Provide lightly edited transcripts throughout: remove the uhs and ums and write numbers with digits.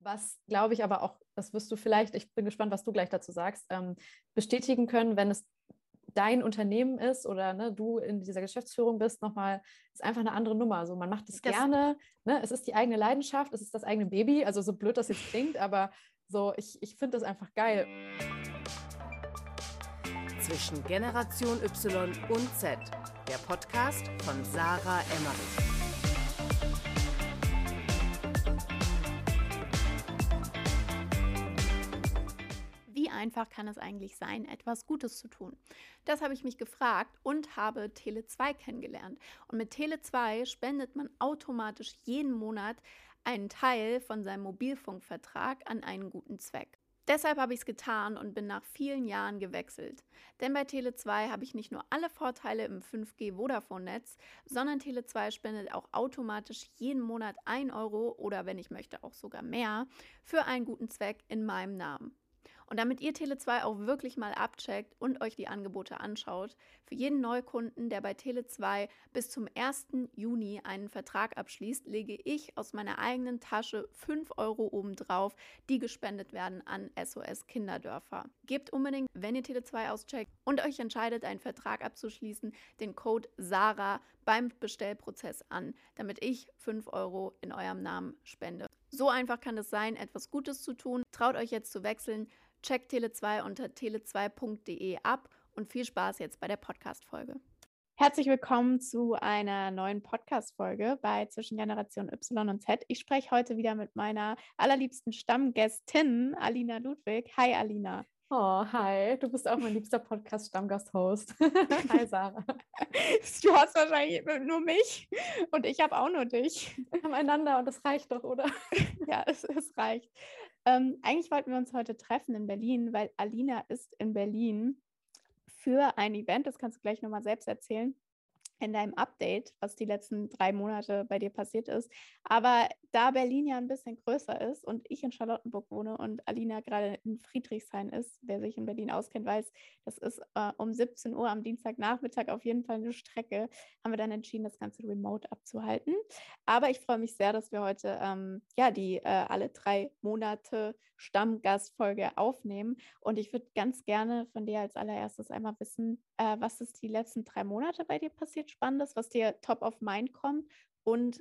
Was, glaube ich, aber auch, das wirst du vielleicht, ich bin gespannt, was du gleich dazu sagst, bestätigen können, wenn es dein Unternehmen ist oder ne, du in dieser Geschäftsführung bist, nochmal, ist einfach eine andere Nummer. Also man macht es gerne, ne? Es ist die eigene Leidenschaft, es ist das eigene Baby, also so blöd das jetzt klingt, aber so, ich finde das einfach geil. Zwischen Generation Y und Z, der Podcast von Sarah Emmerich. Wie einfach kann es eigentlich sein, etwas Gutes zu tun? Das habe ich mich gefragt und habe Tele2 kennengelernt. Und mit Tele2 spendet man automatisch jeden Monat einen Teil von seinem Mobilfunkvertrag an einen guten Zweck. Deshalb habe ich es getan und bin nach vielen Jahren gewechselt. Denn bei Tele2 habe ich nicht nur alle Vorteile im 5G-Vodafone-Netz, sondern Tele2 spendet auch automatisch jeden Monat 1 Euro oder wenn ich möchte auch sogar mehr für einen guten Zweck in meinem Namen. Und damit ihr Tele2 auch wirklich mal abcheckt und euch die Angebote anschaut, für jeden Neukunden, der bei Tele2 bis zum 1. Juni einen Vertrag abschließt, lege ich aus meiner eigenen Tasche 5 Euro obendrauf, die gespendet werden an SOS Kinderdörfer. Gebt unbedingt, wenn ihr Tele2 auscheckt und euch entscheidet, einen Vertrag abzuschließen, den Code SARA beim Bestellprozess an, damit ich 5 Euro in eurem Namen spende. So einfach kann es sein, etwas Gutes zu tun. Traut euch jetzt zu wechseln. Checkt Tele2 unter tele2.de ab und viel Spaß jetzt bei der Podcast-Folge. Herzlich willkommen zu einer neuen Podcast-Folge bei Zwischen Generation Y und Z. Ich spreche heute wieder mit meiner allerliebsten Stammgästin, Alina Ludwig. Hi, Alina. Oh, hi, du bist auch mein liebster Podcast-Stammgast-Host. Hi, Sarah. Du hast wahrscheinlich nur mich und ich habe auch nur dich. Wir haben einander und das reicht doch, oder? Ja, es reicht. Eigentlich wollten wir uns heute treffen in Berlin, weil Alina ist in Berlin für ein Event, das kannst du gleich nochmal selbst erzählen, in deinem Update, was die letzten 3 Monate bei dir passiert ist. Aber da Berlin ja ein bisschen größer ist und ich in Charlottenburg wohne und Alina gerade in Friedrichshain ist, wer sich in Berlin auskennt, weiß, das ist um 17 Uhr am Dienstagnachmittag auf jeden Fall eine Strecke, haben wir dann entschieden, das Ganze remote abzuhalten. Aber ich freue mich sehr, dass wir heute die alle 3 Monate Stammgastfolge aufnehmen. Und ich würde ganz gerne von dir als allererstes einmal wissen, was ist die letzten 3 Monate bei dir passiert Spannendes, was dir top of mind kommt und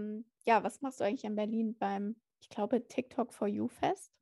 was machst du eigentlich in Berlin beim, ich glaube, TikTok for You Fest?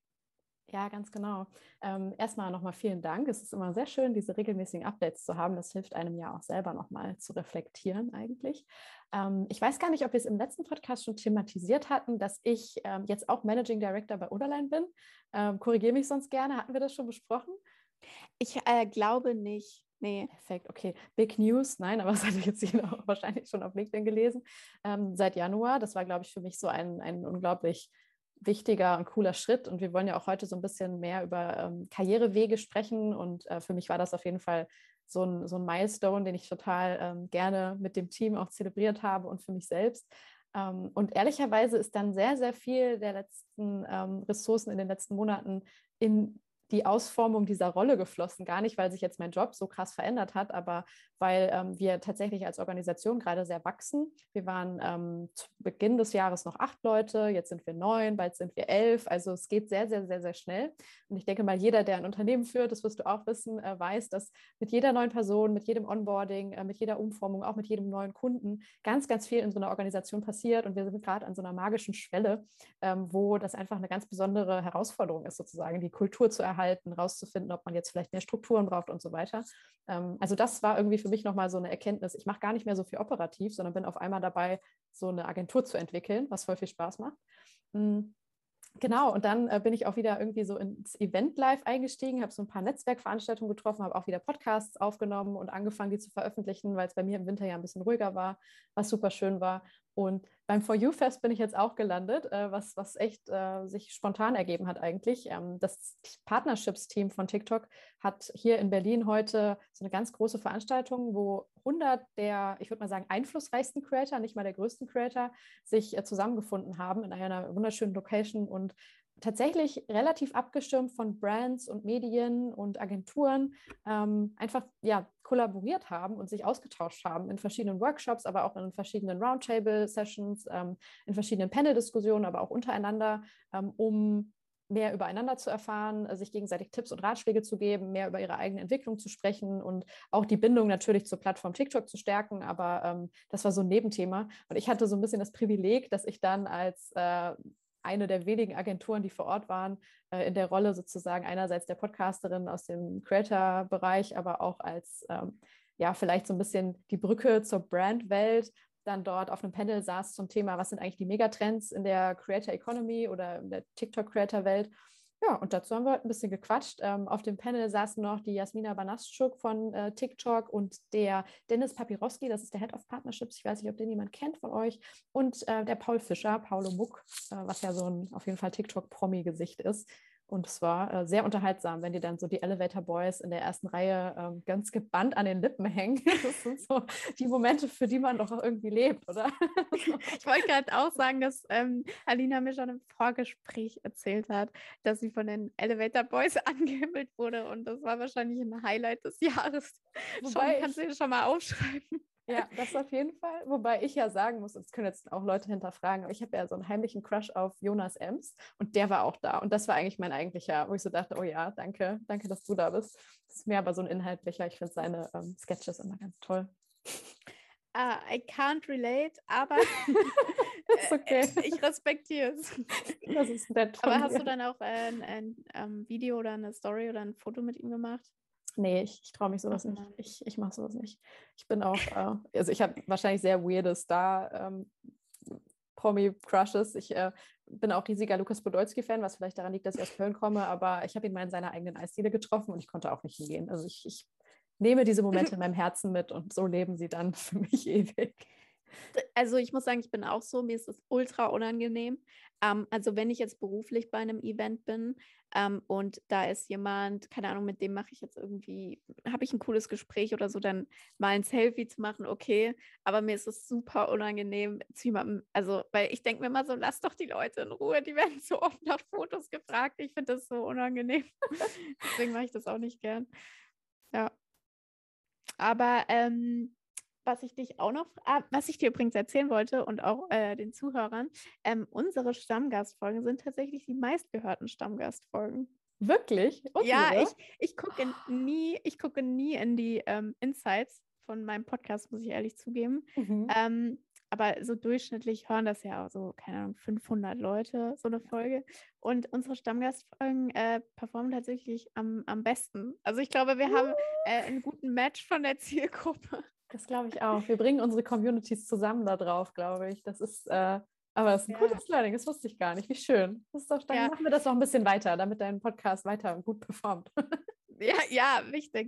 Ja, ganz genau. Erstmal nochmal vielen Dank. Es ist immer sehr schön, diese regelmäßigen Updates zu haben. Das hilft einem ja auch selber nochmal zu reflektieren eigentlich. Ich weiß gar nicht, ob wir es im letzten Podcast schon thematisiert hatten, dass ich jetzt auch Managing Director bei Oderline bin. Korrigiere mich sonst gerne. Hatten wir das schon besprochen? Ich glaube nicht. Nee. Perfekt, okay. Big News, nein, aber das hatte ich jetzt wahrscheinlich schon auf LinkedIn gelesen. Seit Januar, das war, glaube ich, für mich so ein unglaublich wichtiger und cooler Schritt. Und wir wollen ja auch heute so ein bisschen mehr über Karrierewege sprechen. Und für mich war das auf jeden Fall so ein Milestone, den ich total gerne mit dem Team auch zelebriert habe und für mich selbst. Und ehrlicherweise ist dann sehr, sehr viel der letzten Ressourcen in den letzten Monaten in die Ausformung dieser Rolle geflossen. Gar nicht, weil sich jetzt mein Job so krass verändert hat, aber weil wir tatsächlich als Organisation gerade sehr wachsen. Wir waren zu Beginn des Jahres noch 8 Leute, jetzt sind wir 9, bald sind wir 11. Also es geht sehr, sehr, sehr, sehr schnell. Und ich denke mal, jeder, der ein Unternehmen führt, das wirst du auch wissen, weiß, dass mit jeder neuen Person, mit jedem Onboarding, mit jeder Umformung, auch mit jedem neuen Kunden ganz, ganz viel in so einer Organisation passiert. Und wir sind gerade an so einer magischen Schwelle, wo das einfach eine ganz besondere Herausforderung ist, sozusagen die Kultur zu erhalten, rauszufinden, ob man jetzt vielleicht mehr Strukturen braucht und so weiter. Also das war irgendwie für mich nochmal so eine Erkenntnis. Ich mache gar nicht mehr so viel operativ, sondern bin auf einmal dabei, so eine Agentur zu entwickeln, was voll viel Spaß macht. Genau, und dann bin ich auch wieder irgendwie so ins Event-Live eingestiegen, habe so ein paar Netzwerkveranstaltungen getroffen, habe auch wieder Podcasts aufgenommen und angefangen, die zu veröffentlichen, weil es bei mir im Winter ja ein bisschen ruhiger war, was super schön war. Und beim For You Fest bin ich jetzt auch gelandet, was echt sich spontan ergeben hat eigentlich. Das Partnerships-Team von TikTok hat hier in Berlin heute so eine ganz große Veranstaltung, wo 100 der, ich würde mal sagen, einflussreichsten Creator, nicht mal der größten Creator, sich zusammengefunden haben in einer wunderschönen Location und tatsächlich relativ abgestimmt von Brands und Medien und Agenturen einfach kollaboriert haben und sich ausgetauscht haben in verschiedenen Workshops, aber auch in verschiedenen Roundtable-Sessions, in verschiedenen Panel-Diskussionen, aber auch untereinander, um mehr übereinander zu erfahren, sich gegenseitig Tipps und Ratschläge zu geben, mehr über ihre eigene Entwicklung zu sprechen und auch die Bindung natürlich zur Plattform TikTok zu stärken. Aber das war so ein Nebenthema. Und ich hatte so ein bisschen das Privileg, dass ich dann als eine der wenigen Agenturen, die vor Ort waren, in der Rolle sozusagen einerseits der Podcasterin aus dem Creator-Bereich, aber auch als vielleicht so ein bisschen die Brücke zur Brandwelt, dann dort auf einem Panel saß zum Thema, was sind eigentlich die Megatrends in der Creator Economy oder in der TikTok-Creator-Welt. Ja, und dazu haben wir heute ein bisschen gequatscht. Auf dem Panel saßen noch die Jasmina Banaschuk von TikTok und der Dennis Papirowski, das ist der Head of Partnerships. Ich weiß nicht, ob den jemand kennt von euch. Und der Paul Fischer, Paulo Muck, was ja so ein auf jeden Fall TikTok-Promi-Gesicht ist. Und es war sehr unterhaltsam, wenn die dann so die Elevator Boys in der ersten Reihe ganz gebannt an den Lippen hängen. Das sind so die Momente, für die man doch auch irgendwie lebt, oder? Ich wollte gerade auch sagen, dass Alina mir schon im Vorgespräch erzählt hat, dass sie von den Elevator Boys angehimmelt wurde und das war wahrscheinlich ein Highlight des Jahres. Kannst du dir schon mal aufschreiben. Ja, das auf jeden Fall. Wobei ich ja sagen muss, das können jetzt auch Leute hinterfragen, aber ich habe ja so einen heimlichen Crush auf Jonas Ems und der war auch da. Und das war eigentlich mein eigentlicher, wo ich so dachte, oh ja, danke, dass du da bist. Das ist mir aber so ein inhaltlicher, ich finde seine Sketches immer ganz toll. I can't relate, aber ist okay. Ich respektiere es. Das ist nett von Aber dir. hast du dann auch ein Video oder eine Story oder ein Foto mit ihm gemacht? Nee, ich traue mich sowas nicht. Ich mache sowas nicht. Ich bin auch, also ich habe wahrscheinlich sehr weirde Star-Promi-Crushes. Ich bin auch riesiger Lukas Podolski-Fan, was vielleicht daran liegt, dass ich aus Köln komme, aber ich habe ihn mal in seiner eigenen Eisdiele getroffen und ich konnte auch nicht hingehen. Also ich nehme diese Momente in meinem Herzen mit und so leben sie dann für mich ewig. Also ich muss sagen, ich bin auch so, mir ist es ultra unangenehm. Also wenn ich jetzt beruflich bei einem Event bin und da ist jemand, keine Ahnung, mit dem mache ich jetzt irgendwie, habe ich ein cooles Gespräch oder so, dann mal ein Selfie zu machen, okay, aber mir ist es super unangenehm zu jemandem, also weil ich denke mir immer so, lass doch die Leute in Ruhe, die werden so oft nach Fotos gefragt, ich finde das so unangenehm. Deswegen mache ich das auch nicht gern. Ja. Aber was ich dir übrigens erzählen wollte und auch den Zuhörern, unsere Stammgastfolgen sind tatsächlich die meistgehörten Stammgastfolgen. Wirklich? Ja, ich gucke nie in die Insights von meinem Podcast, muss ich ehrlich zugeben. Mhm. Aber so durchschnittlich hören das ja auch so, keine Ahnung, 500 Leute, so eine Folge. Und unsere Stammgastfolgen performen tatsächlich am besten. Also ich glaube, wir haben einen guten Match von der Zielgruppe. Das glaube ich auch. Wir bringen unsere Communities zusammen da drauf, glaube ich. Das ist, aber das ist ein cooles Learning, das wusste ich gar nicht. Wie schön. Das ist doch, dann machen wir das noch ein bisschen weiter, damit dein Podcast weiter gut performt. Ja, wichtig.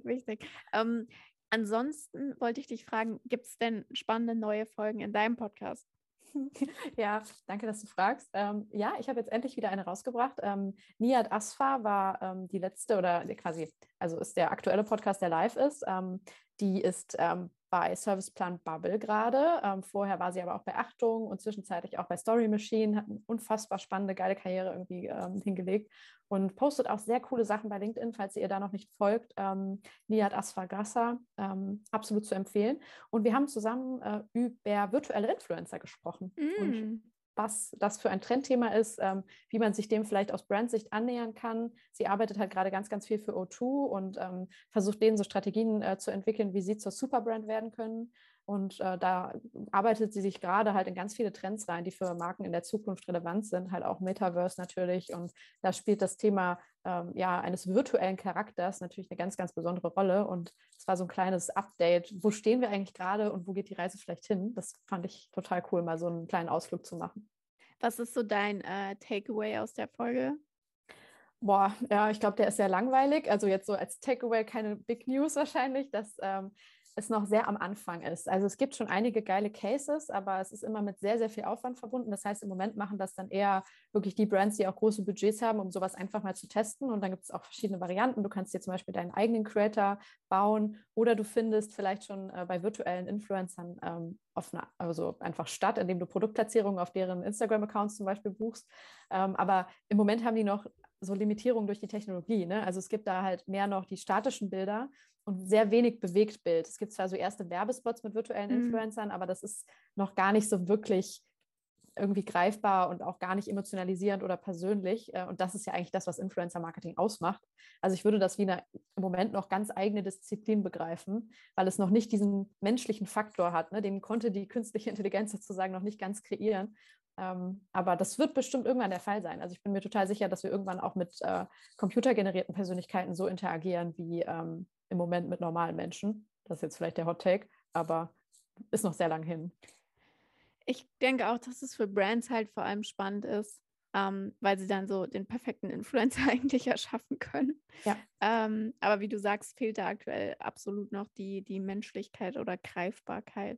Ansonsten wollte ich dich fragen, gibt es denn spannende neue Folgen in deinem Podcast? Ja, danke, dass du fragst. Ja, ich habe jetzt endlich wieder eine rausgebracht. Nihat Asfar war die letzte oder quasi, also ist der aktuelle Podcast, der live ist. Die ist bei Serviceplan Bubble gerade. Vorher war sie aber auch bei Achtung und zwischenzeitlich auch bei Story Machine, hat eine unfassbar spannende, geile Karriere irgendwie hingelegt und postet auch sehr coole Sachen bei LinkedIn, falls ihr da noch nicht folgt. Nihat Asfar Grassa, absolut zu empfehlen. Und wir haben zusammen über virtuelle Influencer gesprochen. Und was das für ein Trendthema ist, wie man sich dem vielleicht aus Brandsicht annähern kann. Sie arbeitet halt gerade ganz, ganz viel für O2 und versucht denen so Strategien zu entwickeln, wie sie zur Superbrand werden können. Und da arbeitet sie sich gerade halt in ganz viele Trends rein, die für Marken in der Zukunft relevant sind, halt auch Metaverse natürlich. Und da spielt das Thema eines virtuellen Charakters natürlich eine ganz, ganz besondere Rolle. Und es war so ein kleines Update. Wo stehen wir eigentlich gerade und wo geht die Reise vielleicht hin? Das fand ich total cool, mal so einen kleinen Ausflug zu machen. Was ist so dein Takeaway aus der Folge? Boah, ja, ich glaube, der ist sehr langweilig. Also jetzt so als Takeaway keine Big News wahrscheinlich, dass es noch sehr am Anfang ist. Also es gibt schon einige geile Cases, aber es ist immer mit sehr, sehr viel Aufwand verbunden. Das heißt, im Moment machen das dann eher wirklich die Brands, die auch große Budgets haben, um sowas einfach mal zu testen. Und dann gibt es auch verschiedene Varianten. Du kannst dir zum Beispiel deinen eigenen Creator bauen oder du findest vielleicht schon bei virtuellen Influencern also einfach statt, indem du Produktplatzierungen auf deren Instagram-Accounts zum Beispiel buchst. Aber im Moment haben die noch so Limitierungen durch die Technologie. Ne? Also es gibt da halt mehr noch die statischen Bilder und sehr wenig Bewegtbild. Es gibt zwar so erste Werbespots mit virtuellen Influencern, aber das ist noch gar nicht so wirklich irgendwie greifbar und auch gar nicht emotionalisierend oder persönlich. Und das ist ja eigentlich das, was Influencer-Marketing ausmacht. Also ich würde das wie eine im Moment noch ganz eigene Disziplin begreifen, weil es noch nicht diesen menschlichen Faktor hat. Ne? Den konnte die künstliche Intelligenz sozusagen noch nicht ganz kreieren. Aber das wird bestimmt irgendwann der Fall sein. Also ich bin mir total sicher, dass wir irgendwann auch mit computergenerierten Persönlichkeiten so interagieren wie im Moment mit normalen Menschen. Das ist jetzt vielleicht der Hot Take, aber ist noch sehr lang hin. Ich denke auch, dass es für Brands halt vor allem spannend ist, weil sie dann so den perfekten Influencer eigentlich erschaffen können. Ja. Aber wie du sagst, fehlt da aktuell absolut noch die Menschlichkeit oder Greifbarkeit.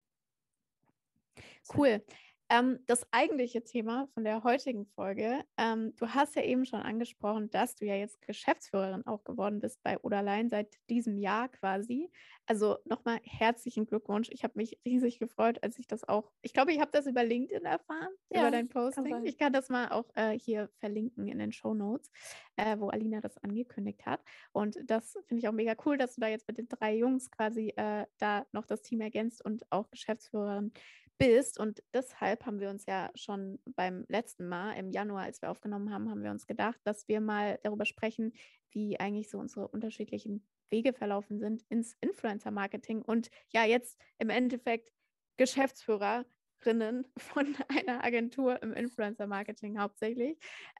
Cool. Das eigentliche Thema von der heutigen Folge, du hast ja eben schon angesprochen, dass du ja jetzt Geschäftsführerin auch geworden bist bei Oderlein seit diesem Jahr quasi. Also nochmal herzlichen Glückwunsch. Ich habe mich riesig gefreut, als ich das auch, ich glaube, ich habe das über LinkedIn erfahren, über dein Posting. Ich kann das mal auch hier verlinken in den Shownotes, wo Alina das angekündigt hat. Und das finde ich auch mega cool, dass du da jetzt mit den 3 Jungs quasi da noch das Team ergänzt und auch Geschäftsführerin bist. Und deshalb haben wir uns ja schon beim letzten Mal im Januar, als wir aufgenommen haben, haben wir uns gedacht, dass wir mal darüber sprechen, wie eigentlich so unsere unterschiedlichen Wege verlaufen sind ins Influencer-Marketing und ja, jetzt im Endeffekt Geschäftsführerinnen von einer Agentur im Influencer-Marketing hauptsächlich.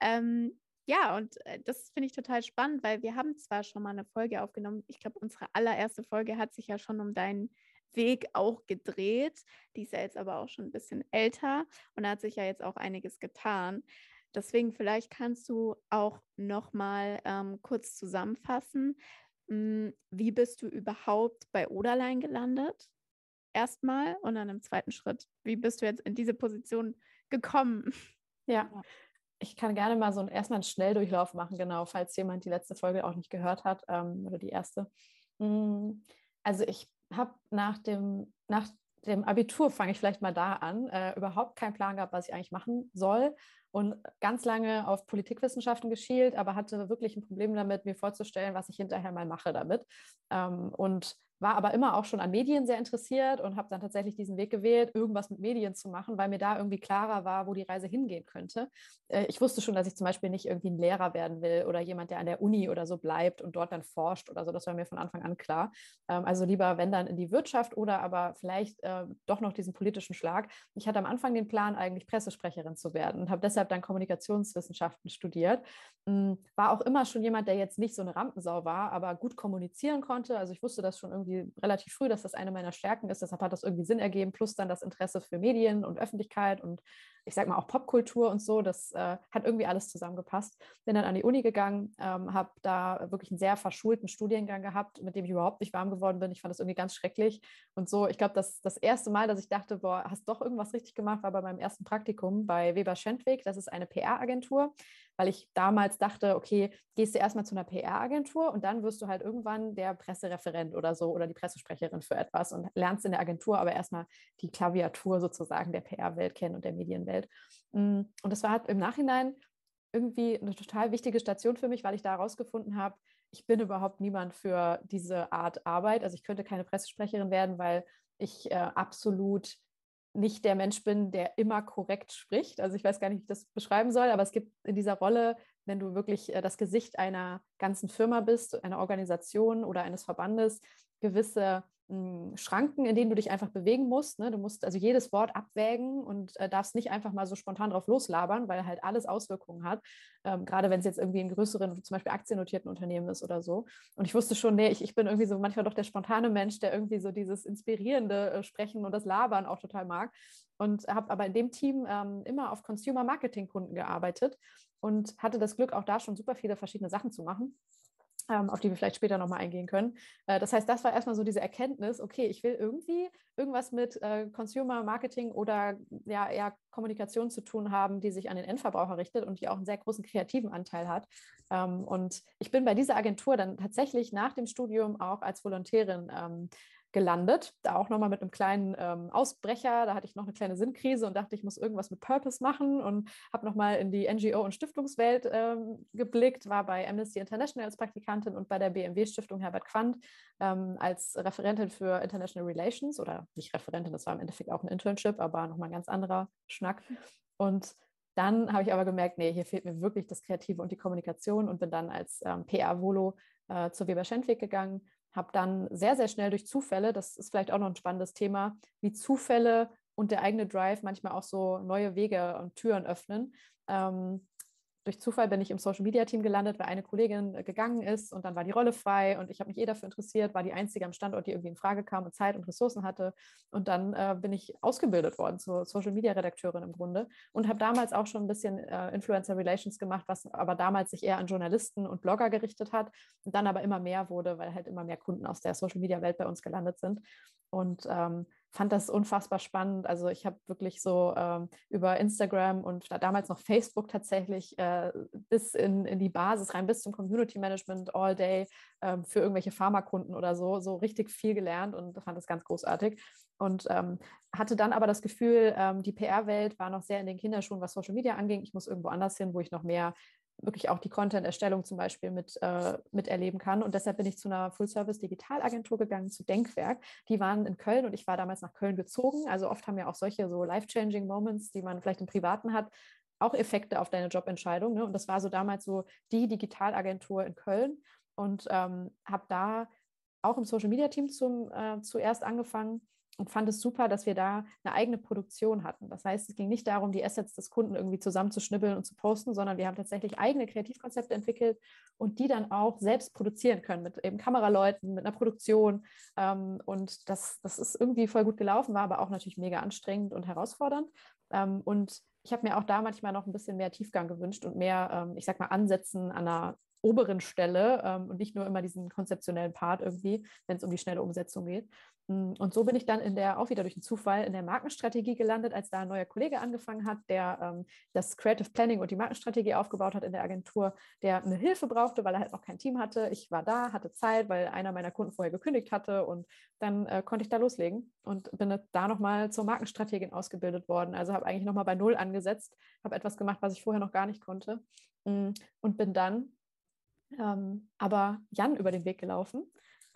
Ja, und das finde ich total spannend, weil wir haben zwar schon mal eine Folge aufgenommen, ich glaube, unsere allererste Folge hat sich ja schon um deinen Weg auch gedreht. Die ist ja jetzt aber auch schon ein bisschen älter und da hat sich ja jetzt auch einiges getan. Deswegen vielleicht kannst du auch noch mal kurz zusammenfassen, wie bist du überhaupt bei Oderlein gelandet? Erstmal und dann im zweiten Schritt, wie bist du jetzt in diese Position gekommen? Ja, ich kann gerne mal so erstmal einen Schnelldurchlauf machen, genau, falls jemand die letzte Folge auch nicht gehört hat oder die erste. Also ich habe nach dem Abitur, fange ich vielleicht mal da an, überhaupt keinen Plan gehabt, was ich eigentlich machen soll und ganz lange auf Politikwissenschaften geschielt, aber hatte wirklich ein Problem damit, mir vorzustellen, was ich hinterher mal mache damit. Und war aber immer auch schon an Medien sehr interessiert und habe dann tatsächlich diesen Weg gewählt, irgendwas mit Medien zu machen, weil mir da irgendwie klarer war, wo die Reise hingehen könnte. Ich wusste schon, dass ich zum Beispiel nicht irgendwie ein Lehrer werden will oder jemand, der an der Uni oder so bleibt und dort dann forscht oder so. Das war mir von Anfang an klar. Also lieber, wenn dann in die Wirtschaft oder aber vielleicht doch noch diesen politischen Schlag. Ich hatte am Anfang den Plan, eigentlich Pressesprecherin zu werden und habe deshalb dann Kommunikationswissenschaften studiert. War auch immer schon jemand, der jetzt nicht so eine Rampensau war, aber gut kommunizieren konnte. Also ich wusste das schon irgendwie relativ früh, dass das eine meiner Stärken ist. Deshalb hat das irgendwie Sinn ergeben, plus dann das Interesse für Medien und Öffentlichkeit und ich sag mal auch Popkultur und so. Das hat irgendwie alles zusammengepasst. Bin dann an die Uni gegangen, habe da wirklich einen sehr verschulten Studiengang gehabt, mit dem ich überhaupt nicht warm geworden bin. Ich fand das irgendwie ganz schrecklich und so. Ich glaube, das erste Mal, dass ich dachte, boah, hast doch irgendwas richtig gemacht, war bei meinem ersten Praktikum bei Weber Schendweg. Das ist eine PR-Agentur, weil ich damals dachte, okay, gehst du erstmal zu einer PR-Agentur und dann wirst du halt irgendwann der Pressereferent oder so oder die Pressesprecherin für etwas und lernst in der Agentur aber erstmal die Klaviatur sozusagen der PR-Welt kennen und der Medienwelt. Und das war halt im Nachhinein irgendwie eine total wichtige Station für mich, weil ich da herausgefunden habe, ich bin überhaupt niemand für diese Art Arbeit. Also ich könnte keine Pressesprecherin werden, weil ich absolut nicht der Mensch bin, der immer korrekt spricht. Also ich weiß gar nicht, wie ich das beschreiben soll, aber es gibt in dieser Rolle, wenn du wirklich das Gesicht einer ganzen Firma bist, einer Organisation oder eines Verbandes, gewisse Schranken, in denen du dich einfach bewegen musst. Ne? Du musst also jedes Wort abwägen und darfst nicht einfach mal so spontan drauf loslabern, weil halt alles Auswirkungen hat. Gerade wenn es jetzt irgendwie in größeren, zum Beispiel aktiennotierten Unternehmen ist oder so. Und ich wusste schon, nee, ich bin irgendwie so manchmal doch der spontane Mensch, der irgendwie so dieses inspirierende Sprechen und das Labern auch total mag. Und habe aber in dem Team immer auf Consumer-Marketing-Kunden gearbeitet und hatte das Glück, auch da schon super viele verschiedene Sachen zu machen. auf die wir vielleicht später nochmal eingehen können. Das heißt, das war erstmal so diese Erkenntnis, okay, ich will irgendwie irgendwas mit Consumer Marketing oder ja, eher Kommunikation zu tun haben, die sich an den Endverbraucher richtet und die auch einen sehr großen kreativen Anteil hat. Und ich bin bei dieser Agentur dann tatsächlich nach dem Studium auch als Volontärin gelandet, da auch nochmal mit einem kleinen Ausbrecher, da hatte ich noch eine kleine Sinnkrise und dachte, ich muss irgendwas mit Purpose machen und habe nochmal in die NGO- und Stiftungswelt geblickt, war bei Amnesty International als Praktikantin und bei der BMW-Stiftung Herbert Quandt als Referentin für International Relations oder nicht Referentin, das war im Endeffekt auch ein Internship, aber nochmal ein ganz anderer Schnack. Und dann habe ich aber gemerkt, nee, hier fehlt mir wirklich das Kreative und die Kommunikation und bin dann als PR-Volo zur Weber Schendweg gegangen, habe dann sehr, sehr schnell durch Zufälle, das ist vielleicht auch noch ein spannendes Thema, wie Zufälle und der eigene Drive manchmal auch so neue Wege und Türen öffnen. Durch Zufall bin ich im Social-Media-Team gelandet, weil eine Kollegin gegangen ist und dann war die Rolle frei und ich habe mich dafür interessiert, war die Einzige am Standort, die irgendwie in Frage kam und Zeit und Ressourcen hatte. Und dann bin ich ausgebildet worden zur Social-Media-Redakteurin im Grunde und habe damals auch schon ein bisschen Influencer-Relations gemacht, was aber damals sich eher an Journalisten und Blogger gerichtet hat und dann aber immer mehr wurde, weil halt immer mehr Kunden aus der Social-Media-Welt bei uns gelandet sind. Und fand das unfassbar spannend. Also ich habe wirklich so über Instagram und damals noch Facebook tatsächlich bis in die Basis rein, bis zum Community Management all day für irgendwelche Pharmakunden oder so richtig viel gelernt und fand das ganz großartig. Und hatte dann aber das Gefühl, die PR-Welt war noch sehr in den Kinderschuhen, was Social Media anging. Ich muss irgendwo anders hin, wo ich noch mehr wirklich auch die Content-Erstellung zum Beispiel miterleben kann. Und deshalb bin ich zu einer Full-Service-Digitalagentur gegangen, zu Denkwerk. Die waren in Köln und ich war damals nach Köln gezogen. Also oft haben ja auch solche so life-changing Moments, die man vielleicht im Privaten hat, auch Effekte auf deine Jobentscheidung. Ne? Und das war so damals so die Digitalagentur in Köln und habe da auch im Social-Media-Team zuerst angefangen und fand es super, dass wir da eine eigene Produktion hatten. Das heißt, es ging nicht darum, die Assets des Kunden irgendwie zusammenzuschnibbeln und zu posten, sondern wir haben tatsächlich eigene Kreativkonzepte entwickelt und die dann auch selbst produzieren können mit eben Kameraleuten, mit einer Produktion. Und das ist irgendwie voll gut gelaufen, war aber auch natürlich mega anstrengend und herausfordernd. Und ich habe mir auch da manchmal noch ein bisschen mehr Tiefgang gewünscht und mehr, ich sag mal, Ansätzen an einer oberen Stelle und nicht nur immer diesen konzeptionellen Part irgendwie, wenn es um die schnelle Umsetzung geht. Und so bin ich dann auch wieder durch den Zufall in der Markenstrategie gelandet, als da ein neuer Kollege angefangen hat, der das Creative Planning und die Markenstrategie aufgebaut hat in der Agentur, der eine Hilfe brauchte, weil er halt noch kein Team hatte. Ich war da, hatte Zeit, weil einer meiner Kunden vorher gekündigt hatte und dann konnte ich da loslegen und bin da nochmal zur Markenstrategin ausgebildet worden. Also habe eigentlich nochmal bei Null angesetzt, habe etwas gemacht, was ich vorher noch gar nicht konnte und bin dann aber Jan über den Weg gelaufen.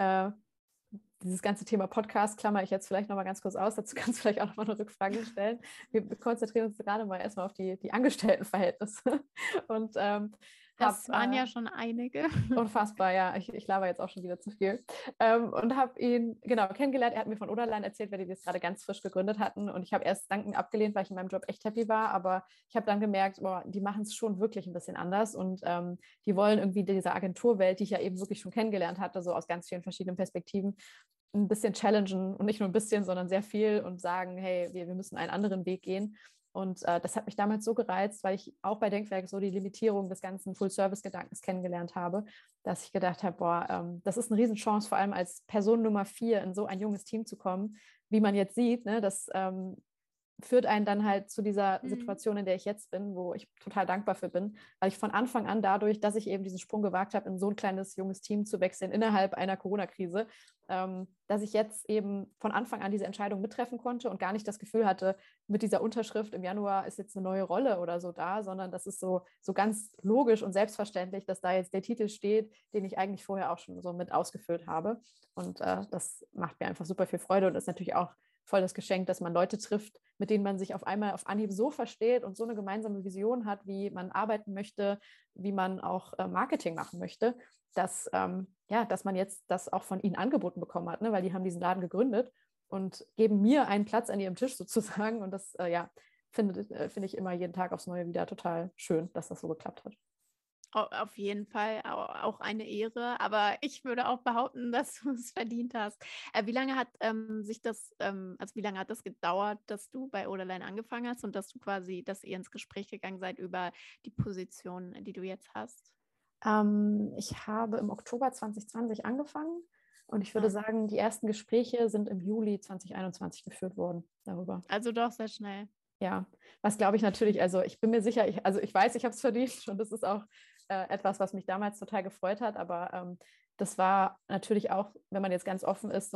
Dieses ganze Thema Podcast klammer ich jetzt vielleicht noch mal ganz kurz aus. Dazu kannst du vielleicht auch noch mal eine Rückfrage stellen. Wir konzentrieren uns gerade mal erstmal auf die Angestelltenverhältnisse. Und das waren ja schon einige. Unfassbar, ja. Ich laber jetzt auch schon wieder zu viel. Und habe ihn genau kennengelernt. Er hat mir von Oderlein erzählt, weil die das gerade ganz frisch gegründet hatten. Und ich habe erst dankend abgelehnt, weil ich in meinem Job echt happy war. Aber ich habe dann gemerkt, boah, die machen es schon wirklich ein bisschen anders. Und die wollen irgendwie diese Agenturwelt, die ich ja eben wirklich schon kennengelernt hatte, so aus ganz vielen verschiedenen Perspektiven, ein bisschen challengen. Und nicht nur ein bisschen, sondern sehr viel und sagen, hey, wir müssen einen anderen Weg gehen. Und das hat mich damals so gereizt, weil ich auch bei Denkwerk so die Limitierung des ganzen Full-Service-Gedankens kennengelernt habe, dass ich gedacht habe, boah, das ist eine Riesenchance, vor allem als Person Nummer 4 in so ein junges Team zu kommen, wie man jetzt sieht, ne, das führt einen dann halt zu dieser Situation, in der ich jetzt bin, wo ich total dankbar für bin, weil ich von Anfang an dadurch, dass ich eben diesen Sprung gewagt habe, in so ein kleines, junges Team zu wechseln innerhalb einer Corona-Krise, dass ich jetzt eben von Anfang an diese Entscheidung mittreffen konnte und gar nicht das Gefühl hatte, mit dieser Unterschrift im Januar ist jetzt eine neue Rolle oder so da, sondern das ist so ganz logisch und selbstverständlich, dass da jetzt der Titel steht, den ich eigentlich vorher auch schon so mit ausgefüllt habe. Und das macht mir einfach super viel Freude und ist natürlich auch voll das Geschenk, dass man Leute trifft, mit denen man sich auf einmal auf Anhieb so versteht und so eine gemeinsame Vision hat, wie man arbeiten möchte, wie man auch Marketing machen möchte, dass man jetzt das auch von ihnen angeboten bekommen hat, ne? Weil die haben diesen Laden gegründet und geben mir einen Platz an ihrem Tisch sozusagen. Und das finde ich immer jeden Tag aufs Neue wieder total schön, dass das so geklappt hat. Auf jeden Fall auch eine Ehre, aber ich würde auch behaupten, dass du es verdient hast. Wie lange hat wie lange hat das gedauert, dass du bei Oderlein angefangen hast und dass ihr ins Gespräch gegangen seid über die Position, die du jetzt hast? Ich habe im Oktober 2020 angefangen und ich würde Ah, sagen, die ersten Gespräche sind im Juli 2021 geführt worden darüber. also doch sehr schnell. Ja, was glaube ich natürlich, also ich bin mir sicher, ich weiß, ich habe es verdient und das ist auch etwas, was mich damals total gefreut hat, aber das war natürlich auch, wenn man jetzt ganz offen ist,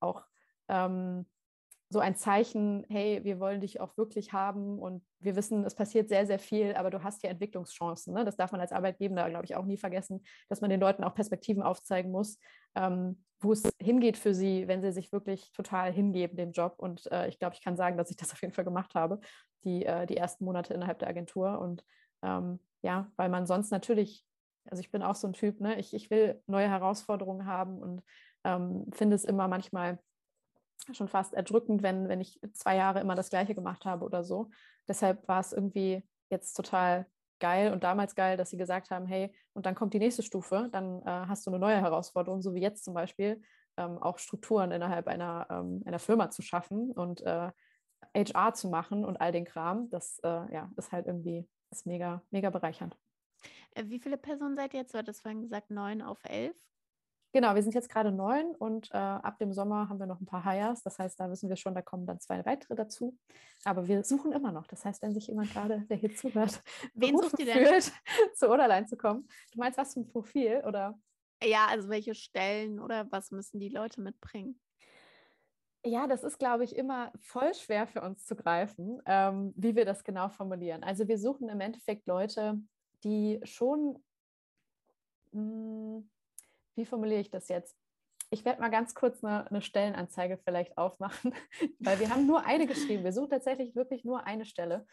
ähm, so ein Zeichen, hey, wir wollen dich auch wirklich haben und wir wissen, es passiert sehr, sehr viel, aber du hast ja Entwicklungschancen. Ne? Das darf man als Arbeitgeber, glaube ich, auch nie vergessen, dass man den Leuten auch Perspektiven aufzeigen muss, wo es hingeht für sie, wenn sie sich wirklich total hingeben dem Job. Und ich glaube, ich kann sagen, dass ich das auf jeden Fall gemacht habe, die ersten Monate innerhalb der Agentur. Und ja, weil man sonst natürlich, also ich bin auch so ein Typ, ne? Ich will neue Herausforderungen haben und finde es immer manchmal schon fast erdrückend, wenn ich 2 Jahre immer das Gleiche gemacht habe oder so. Deshalb war es irgendwie jetzt total geil und damals geil, dass sie gesagt haben, hey, und dann kommt die nächste Stufe, dann hast du eine neue Herausforderung, so wie jetzt zum Beispiel, auch Strukturen innerhalb einer Firma zu schaffen und HR zu machen und all den Kram. Das ja, ist halt irgendwie ist mega, mega bereichernd. Wie viele Personen seid ihr jetzt? Du hattest vorhin gesagt 9 auf 11. Genau, wir sind jetzt gerade 9 und ab dem Sommer haben wir noch ein paar Hires. Das heißt, da wissen wir schon, da kommen dann 2 weitere dazu. Aber wir suchen immer noch. Das heißt, wenn sich jemand gerade, der hier zuhört, Wen berufen sucht ihr denn? fühlt, zu Oderlein zu kommen. Du meinst, was für ein Profil? Oder? Ja, also welche Stellen oder was müssen die Leute mitbringen? Ja, das ist, glaube ich, immer voll schwer für uns zu greifen, wie wir das genau formulieren. Also wir suchen im Endeffekt Leute, die schon, mh, wie formuliere ich das jetzt? Ich werde mal ganz kurz eine Stellenanzeige vielleicht aufmachen, weil wir haben nur eine geschrieben. Wir suchen tatsächlich wirklich nur eine Stelle,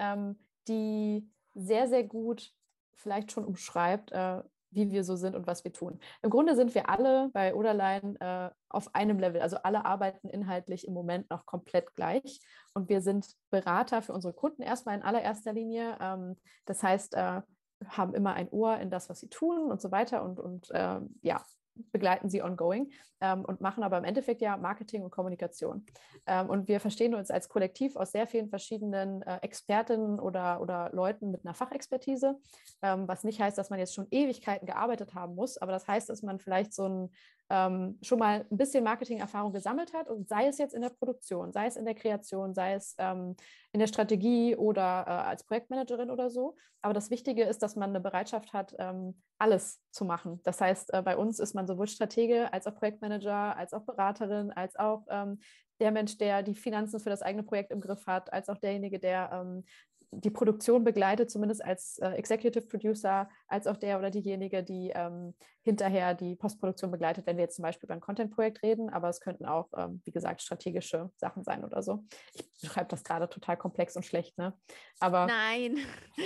die sehr, sehr gut vielleicht schon umschreibt, wie wir so sind und was wir tun. Im Grunde sind wir alle bei Oderlein auf einem Level. Also alle arbeiten inhaltlich im Moment noch komplett gleich. Und wir sind Berater für unsere Kunden erstmal in allererster Linie. Das heißt, haben immer ein Ohr in das, was sie tun und so weiter und ja, begleiten sie ongoing und machen aber im Endeffekt ja Marketing und Kommunikation. Und wir verstehen uns als Kollektiv aus sehr vielen verschiedenen Expertinnen oder Leuten mit einer Fachexpertise, was nicht heißt, dass man jetzt schon Ewigkeiten gearbeitet haben muss, aber das heißt, dass man vielleicht schon mal ein bisschen Marketing-Erfahrung gesammelt hat und sei es jetzt in der Produktion, sei es in der Kreation, sei es in der Strategie oder als Projektmanagerin oder so. Aber das Wichtige ist, dass man eine Bereitschaft hat, alles zu machen. Das heißt, bei uns ist man sowohl Stratege als auch Projektmanager, als auch Beraterin, als auch der Mensch, der die Finanzen für das eigene Projekt im Griff hat, als auch derjenige, der die Produktion begleitet, zumindest als Executive Producer, als auch der oder diejenige, die hinterher die Postproduktion begleitet, wenn wir jetzt zum Beispiel beim Content-Projekt reden, aber es könnten auch, wie gesagt, strategische Sachen sein oder so. Ich beschreibe das gerade total komplex und schlecht, ne? Aber Nein,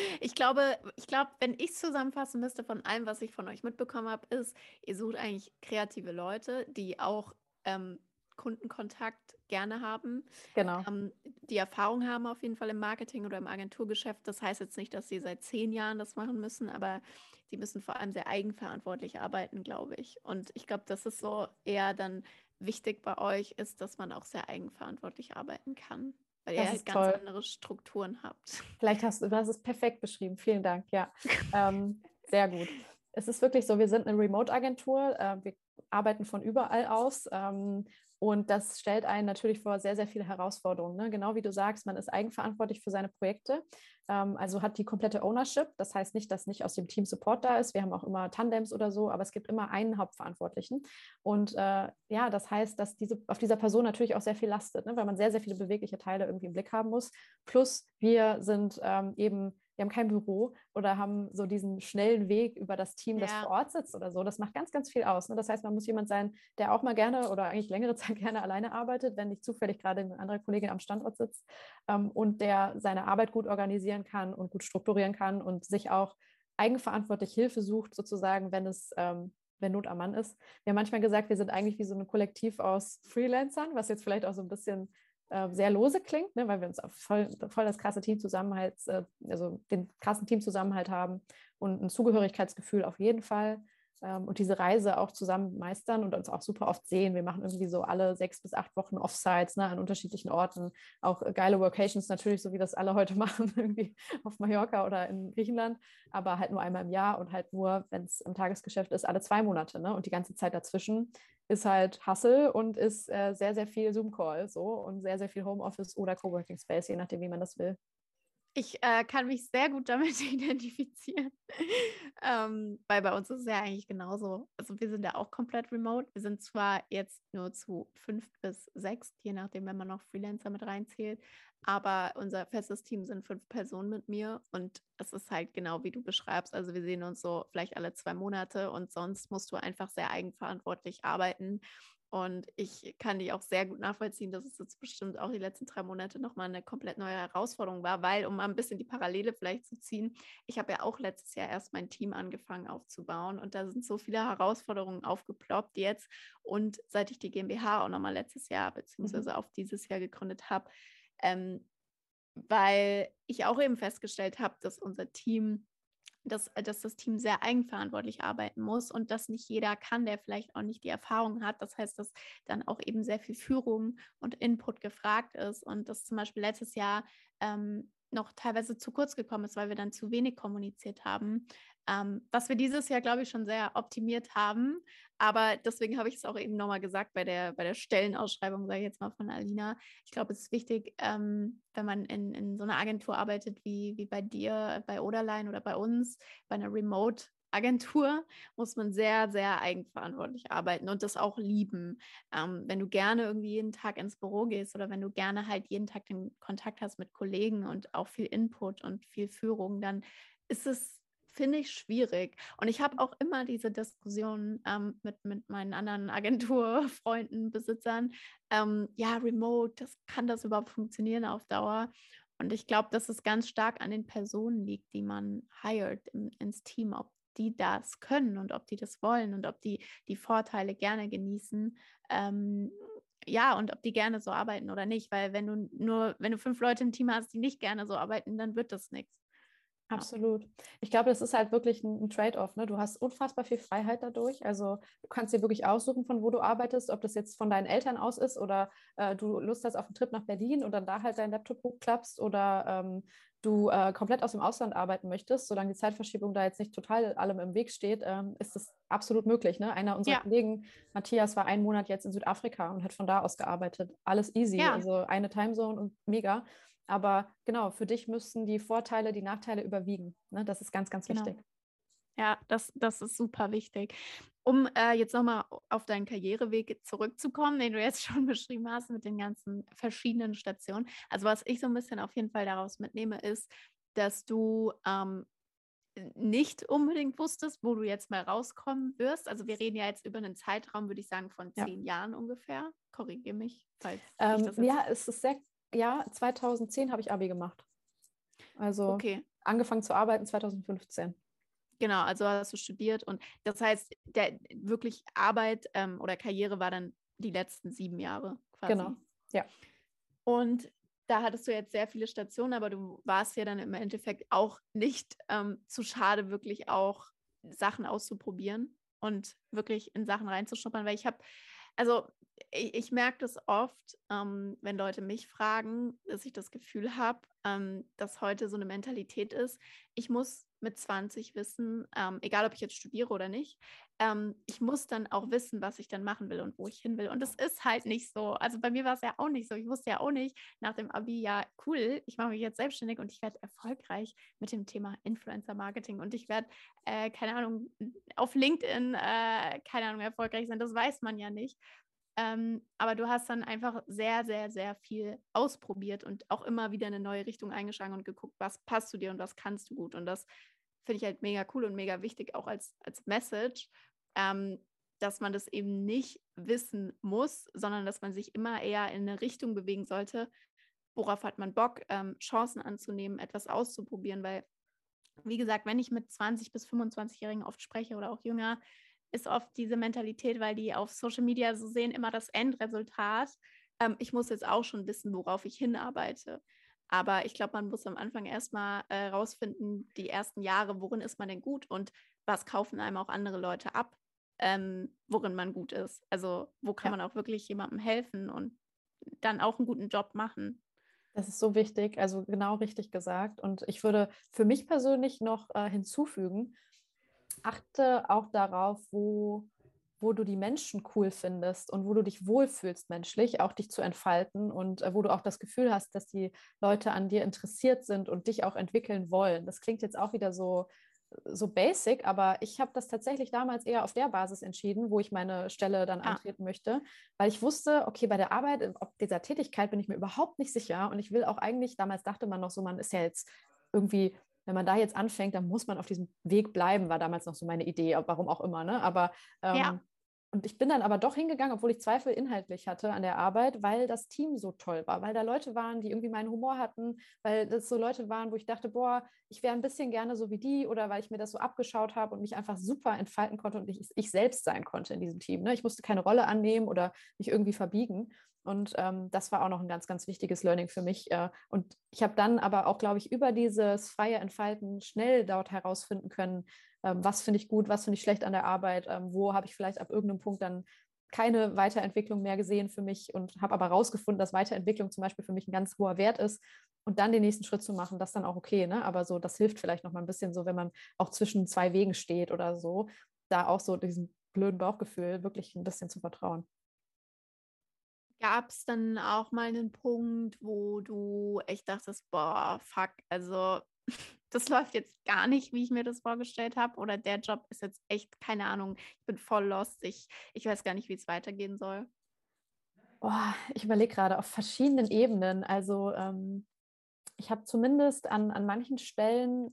ich glaube, wenn ich es zusammenfassen müsste von allem, was ich von euch mitbekommen habe, ist, ihr sucht eigentlich kreative Leute, die auch Kundenkontakt gerne haben, genau. die Erfahrung haben auf jeden Fall im Marketing oder im Agenturgeschäft. Das heißt jetzt nicht, dass sie seit 10 Jahren das machen müssen, aber die müssen vor allem sehr eigenverantwortlich arbeiten, glaube ich. Und ich glaube, das ist so eher dann wichtig bei euch ist, dass man auch sehr eigenverantwortlich arbeiten kann, weil ihr Das halt ist ganz toll. andere Strukturen habt. Du hast es perfekt beschrieben. Vielen Dank. Ja, sehr gut. Es ist wirklich so, wir sind eine Remote-Agentur. Wir arbeiten von überall aus. Und das stellt einen natürlich vor sehr, sehr viele Herausforderungen. Ne? Genau wie du sagst, man ist eigenverantwortlich für seine Projekte. Also hat die komplette Ownership. Das heißt nicht, dass nicht aus dem Team Support da ist. Wir haben auch immer Tandems oder so, aber es gibt immer einen Hauptverantwortlichen. Und ja, das heißt, dass auf dieser Person natürlich auch sehr viel lastet, ne? Weil man sehr, sehr viele bewegliche Teile irgendwie im Blick haben muss. Plus wir sind wir haben kein Büro oder haben so diesen schnellen Weg über das Team, das vor Ja, Ort sitzt oder so. Das macht ganz, ganz viel aus. Ne? Das heißt, man muss jemand sein, der auch mal gerne oder eigentlich längere Zeit gerne alleine arbeitet, wenn nicht zufällig gerade ein anderer Kollege am Standort sitzt und der seine Arbeit gut organisieren kann und gut strukturieren kann und sich auch eigenverantwortlich Hilfe sucht, sozusagen, wenn Not am Mann ist. Wir haben manchmal gesagt, wir sind eigentlich wie so ein Kollektiv aus Freelancern, was jetzt vielleicht auch so ein bisschen sehr lose klingt, ne, weil wir uns auf voll das krasse Teamzusammenhalt, also den krassen Teamzusammenhalt haben und ein Zugehörigkeitsgefühl auf jeden Fall. und diese Reise auch zusammen meistern und uns auch super oft sehen. Wir machen irgendwie so alle 6 bis 8 Wochen Offsites, ne, an unterschiedlichen Orten. Auch geile Workations natürlich, so wie das alle heute machen, irgendwie auf Mallorca oder in Griechenland, aber halt nur einmal im Jahr und halt nur, wenn es im Tagesgeschäft ist, alle 2 Monate. Ne? Und die ganze Zeit dazwischen ist halt Hustle und ist sehr, sehr viel Zoom-Call so und sehr, sehr viel Homeoffice oder Coworking Space, je nachdem, wie man das will. Ich kann mich sehr gut damit identifizieren, weil bei uns ist es ja eigentlich genauso. Also wir sind ja auch komplett remote. Wir sind zwar jetzt nur zu 5 bis 6, je nachdem, wenn man noch Freelancer mit reinzählt, aber unser festes Team sind 5 Personen mit mir und es ist halt genau wie du beschreibst. Also wir sehen uns so vielleicht alle 2 Monate und sonst musst du einfach sehr eigenverantwortlich arbeiten. Und ich kann dich auch sehr gut nachvollziehen, dass es jetzt bestimmt auch die letzten 3 Monate nochmal eine komplett neue Herausforderung war, weil, um mal ein bisschen die Parallele vielleicht zu ziehen, ich habe ja auch letztes Jahr erst mein Team angefangen aufzubauen und da sind so viele Herausforderungen aufgeploppt jetzt. Und seit ich die GmbH auch nochmal letztes Jahr beziehungsweise auf dieses Jahr gegründet habe, weil ich auch eben festgestellt habe, dass unser Team dass das Team sehr eigenverantwortlich arbeiten muss und dass nicht jeder kann, der vielleicht auch nicht die Erfahrung hat. Das heißt, dass dann auch eben sehr viel Führung und Input gefragt ist und das zum Beispiel letztes Jahr noch teilweise zu kurz gekommen ist, weil wir dann zu wenig kommuniziert haben. Was wir dieses Jahr, glaube ich, schon sehr optimiert haben. Aber deswegen habe ich es auch eben nochmal gesagt bei der Stellenausschreibung, sage ich jetzt mal von Alina. Ich glaube, es ist wichtig, wenn man in so einer Agentur arbeitet wie bei dir, bei Oderlein oder bei uns, bei einer Remote-Agentur, muss man sehr, sehr eigenverantwortlich arbeiten und das auch lieben. Wenn du gerne irgendwie jeden Tag ins Büro gehst oder wenn du gerne halt jeden Tag den Kontakt hast mit Kollegen und auch viel Input und viel Führung, dann ist es, finde ich, schwierig. Und ich habe auch immer diese Diskussion mit meinen anderen Agenturfreunden, Besitzern. Ja, remote, kann das überhaupt funktionieren auf Dauer? Und ich glaube, dass es ganz stark an den Personen liegt, die man hired ins Team, ob die das können und ob die das wollen und ob die Vorteile gerne genießen. Ja, und ob die gerne so arbeiten oder nicht. Weil wenn du 5 Leute im Team hast, die nicht gerne so arbeiten, dann wird das nichts. Ja. Absolut. Ich glaube, das ist halt wirklich ein Trade-off. Ne? Du hast unfassbar viel Freiheit dadurch. Also du kannst dir wirklich aussuchen, von wo du arbeitest, ob das jetzt von deinen Eltern aus ist oder du Lust hast auf einen Trip nach Berlin und dann da halt deinen Laptop hochklappst oder du komplett aus dem Ausland arbeiten möchtest. Solange die Zeitverschiebung da jetzt nicht total allem im Weg steht, ist das absolut möglich. Ne? Einer unserer Ja, Kollegen, Matthias, war einen Monat jetzt in Südafrika und hat von da aus gearbeitet. Alles easy, ja, also eine Timezone und mega. Aber genau, für dich müssen die Vorteile, die Nachteile überwiegen. Ne? Das ist ganz, ganz genau. wichtig. Ja, das ist super wichtig. Um jetzt nochmal auf deinen Karriereweg zurückzukommen, den du jetzt schon beschrieben hast mit den ganzen verschiedenen Stationen. Also was ich so ein bisschen auf jeden Fall daraus mitnehme, ist, dass du nicht unbedingt wusstest, wo du jetzt mal rauskommen wirst. Also wir reden ja jetzt über einen Zeitraum, würde ich sagen, von Ja, 10 Jahren ungefähr. Korrigiere mich, falls ich das jetzt... ja, es ist sehr, ja, 2010 habe ich Abi gemacht. Also Okay, angefangen zu arbeiten 2015. genau, also hast du studiert und das heißt, wirklich Arbeit oder Karriere war dann die letzten 7 Jahre Genau, quasi. ja. Und da hattest du jetzt sehr viele Stationen, aber du warst ja dann im Endeffekt auch nicht zu schade, wirklich auch Sachen auszuprobieren und wirklich in Sachen reinzuschnuppern, weil also ich merke das oft, wenn Leute mich fragen, dass ich das Gefühl habe, dass heute so eine Mentalität ist, ich muss mit 20 wissen, egal ob ich jetzt studiere oder nicht, ich muss dann auch wissen, was ich dann machen will und wo ich hin will. Und das ist halt nicht so. Also bei mir war es ja auch nicht so. Ich wusste ja auch nicht nach dem Abi, ja, cool, ich mache mich jetzt selbstständig und ich werde erfolgreich mit dem Thema Influencer-Marketing und ich werde, keine Ahnung, auf LinkedIn, keine Ahnung, erfolgreich sein. Das weiß man ja nicht. Aber du hast dann einfach sehr, sehr, sehr viel ausprobiert und auch immer wieder eine neue Richtung eingeschlagen und geguckt, was passt zu dir und was kannst du gut. Und das finde ich halt mega cool und mega wichtig, auch als Message, dass man das eben nicht wissen muss, sondern dass man sich immer eher in eine Richtung bewegen sollte, worauf hat man Bock, Chancen anzunehmen, etwas auszuprobieren, weil, wie gesagt, wenn ich mit 20- bis 25-Jährigen oft spreche oder auch jünger, ist oft diese Mentalität, weil die auf Social Media so sehen, immer das Endresultat. Ich muss jetzt auch schon wissen, worauf ich hinarbeite. Aber ich glaube, man muss am Anfang erstmal rausfinden, die ersten Jahre, worin ist man denn gut und was kaufen einem auch andere Leute ab, worin man gut ist. Also wo kann Ja. man auch wirklich jemandem helfen und dann auch einen guten Job machen. Das ist so wichtig, also genau richtig gesagt. Und ich würde für mich persönlich noch hinzufügen, achte auch darauf, wo du die Menschen cool findest und wo du dich wohlfühlst menschlich, auch dich zu entfalten und wo du auch das Gefühl hast, dass die Leute an dir interessiert sind und dich auch entwickeln wollen. Das klingt jetzt auch wieder so basic, aber ich habe das tatsächlich damals eher auf der Basis entschieden, wo ich meine Stelle dann Ja, antreten möchte, weil ich wusste, okay, bei der Arbeit, ob dieser Tätigkeit bin ich mir überhaupt nicht sicher und ich will auch eigentlich, damals dachte man noch so, man ist ja jetzt irgendwie, wenn man da jetzt anfängt, dann muss man auf diesem Weg bleiben, war damals noch so meine Idee, warum auch immer, ne? Aber ja, und ich bin dann aber doch hingegangen, obwohl ich Zweifel inhaltlich hatte an der Arbeit, weil das Team so toll war, weil da Leute waren, die irgendwie meinen Humor hatten, weil das so Leute waren, wo ich dachte, boah, ich wäre ein bisschen gerne so wie die oder weil ich mir das so abgeschaut habe und mich einfach super entfalten konnte und ich selbst sein konnte in diesem Team. Ne? Ich musste keine Rolle annehmen oder mich irgendwie verbiegen. Und das war auch noch ein ganz, ganz wichtiges Learning für mich. Und ich habe dann aber auch, glaube ich, über dieses freie Entfalten schnell dort herausfinden können, was finde ich gut, was finde ich schlecht an der Arbeit, wo habe ich vielleicht ab irgendeinem Punkt dann keine Weiterentwicklung mehr gesehen für mich und habe aber herausgefunden, dass Weiterentwicklung zum Beispiel für mich ein ganz hoher Wert ist und dann den nächsten Schritt zu machen, das ist dann auch okay, ne? Aber so, das hilft vielleicht noch mal ein bisschen so, wenn man auch zwischen zwei Wegen steht oder so, da auch so diesem blöden Bauchgefühl wirklich ein bisschen zu vertrauen. gab es dann auch mal einen Punkt, wo du echt dachtest, boah, fuck, also das läuft jetzt gar nicht, wie ich mir das vorgestellt habe, oder der Job ist jetzt echt, keine Ahnung, ich bin voll lost, ich weiß gar nicht, wie es weitergehen soll. Oh, ich überlege gerade auf verschiedenen Ebenen. Also ich habe zumindest an manchen Stellen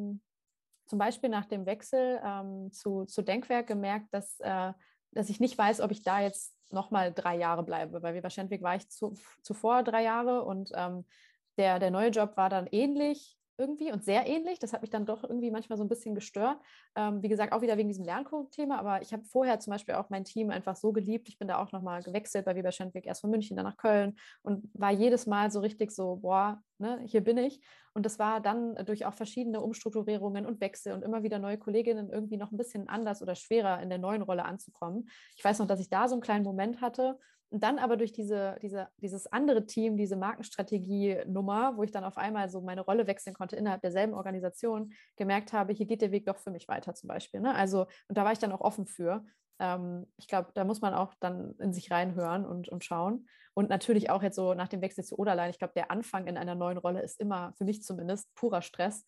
zum Beispiel nach dem Wechsel zu Denkwerk gemerkt, dass ich nicht weiß, ob ich da jetzt nochmal 3 Jahre bleibe. Weil wie bei Schendwig war ich zuvor 3 Jahre und der neue Job war dann ähnlich irgendwie und sehr ähnlich. Das hat mich dann doch irgendwie manchmal so ein bisschen gestört. Wie gesagt, auch wieder wegen diesem Lernkurve-Thema. Aber ich habe vorher zum Beispiel auch mein Team einfach so geliebt. Ich bin da auch nochmal gewechselt bei Weber Schendwig, erst von München, dann nach Köln und war jedes Mal so richtig so, boah, ne, hier bin ich. Und das war dann durch auch verschiedene Umstrukturierungen und Wechsel und immer wieder neue Kolleginnen irgendwie noch ein bisschen anders oder schwerer in der neuen Rolle anzukommen. Ich weiß noch, dass ich da so einen kleinen Moment hatte. Und dann aber durch dieses andere Team, diese Markenstrategie-Nummer, wo ich dann auf einmal so meine Rolle wechseln konnte innerhalb derselben Organisation, gemerkt habe, hier geht der Weg doch für mich weiter zum Beispiel. Ne? Also, und da war ich dann auch offen für. Ich glaube, da muss man auch dann in sich reinhören und schauen. Und natürlich auch jetzt so nach dem Wechsel zu Oderlein. Ich glaube, der Anfang in einer neuen Rolle ist immer, für mich zumindest, purer Stress,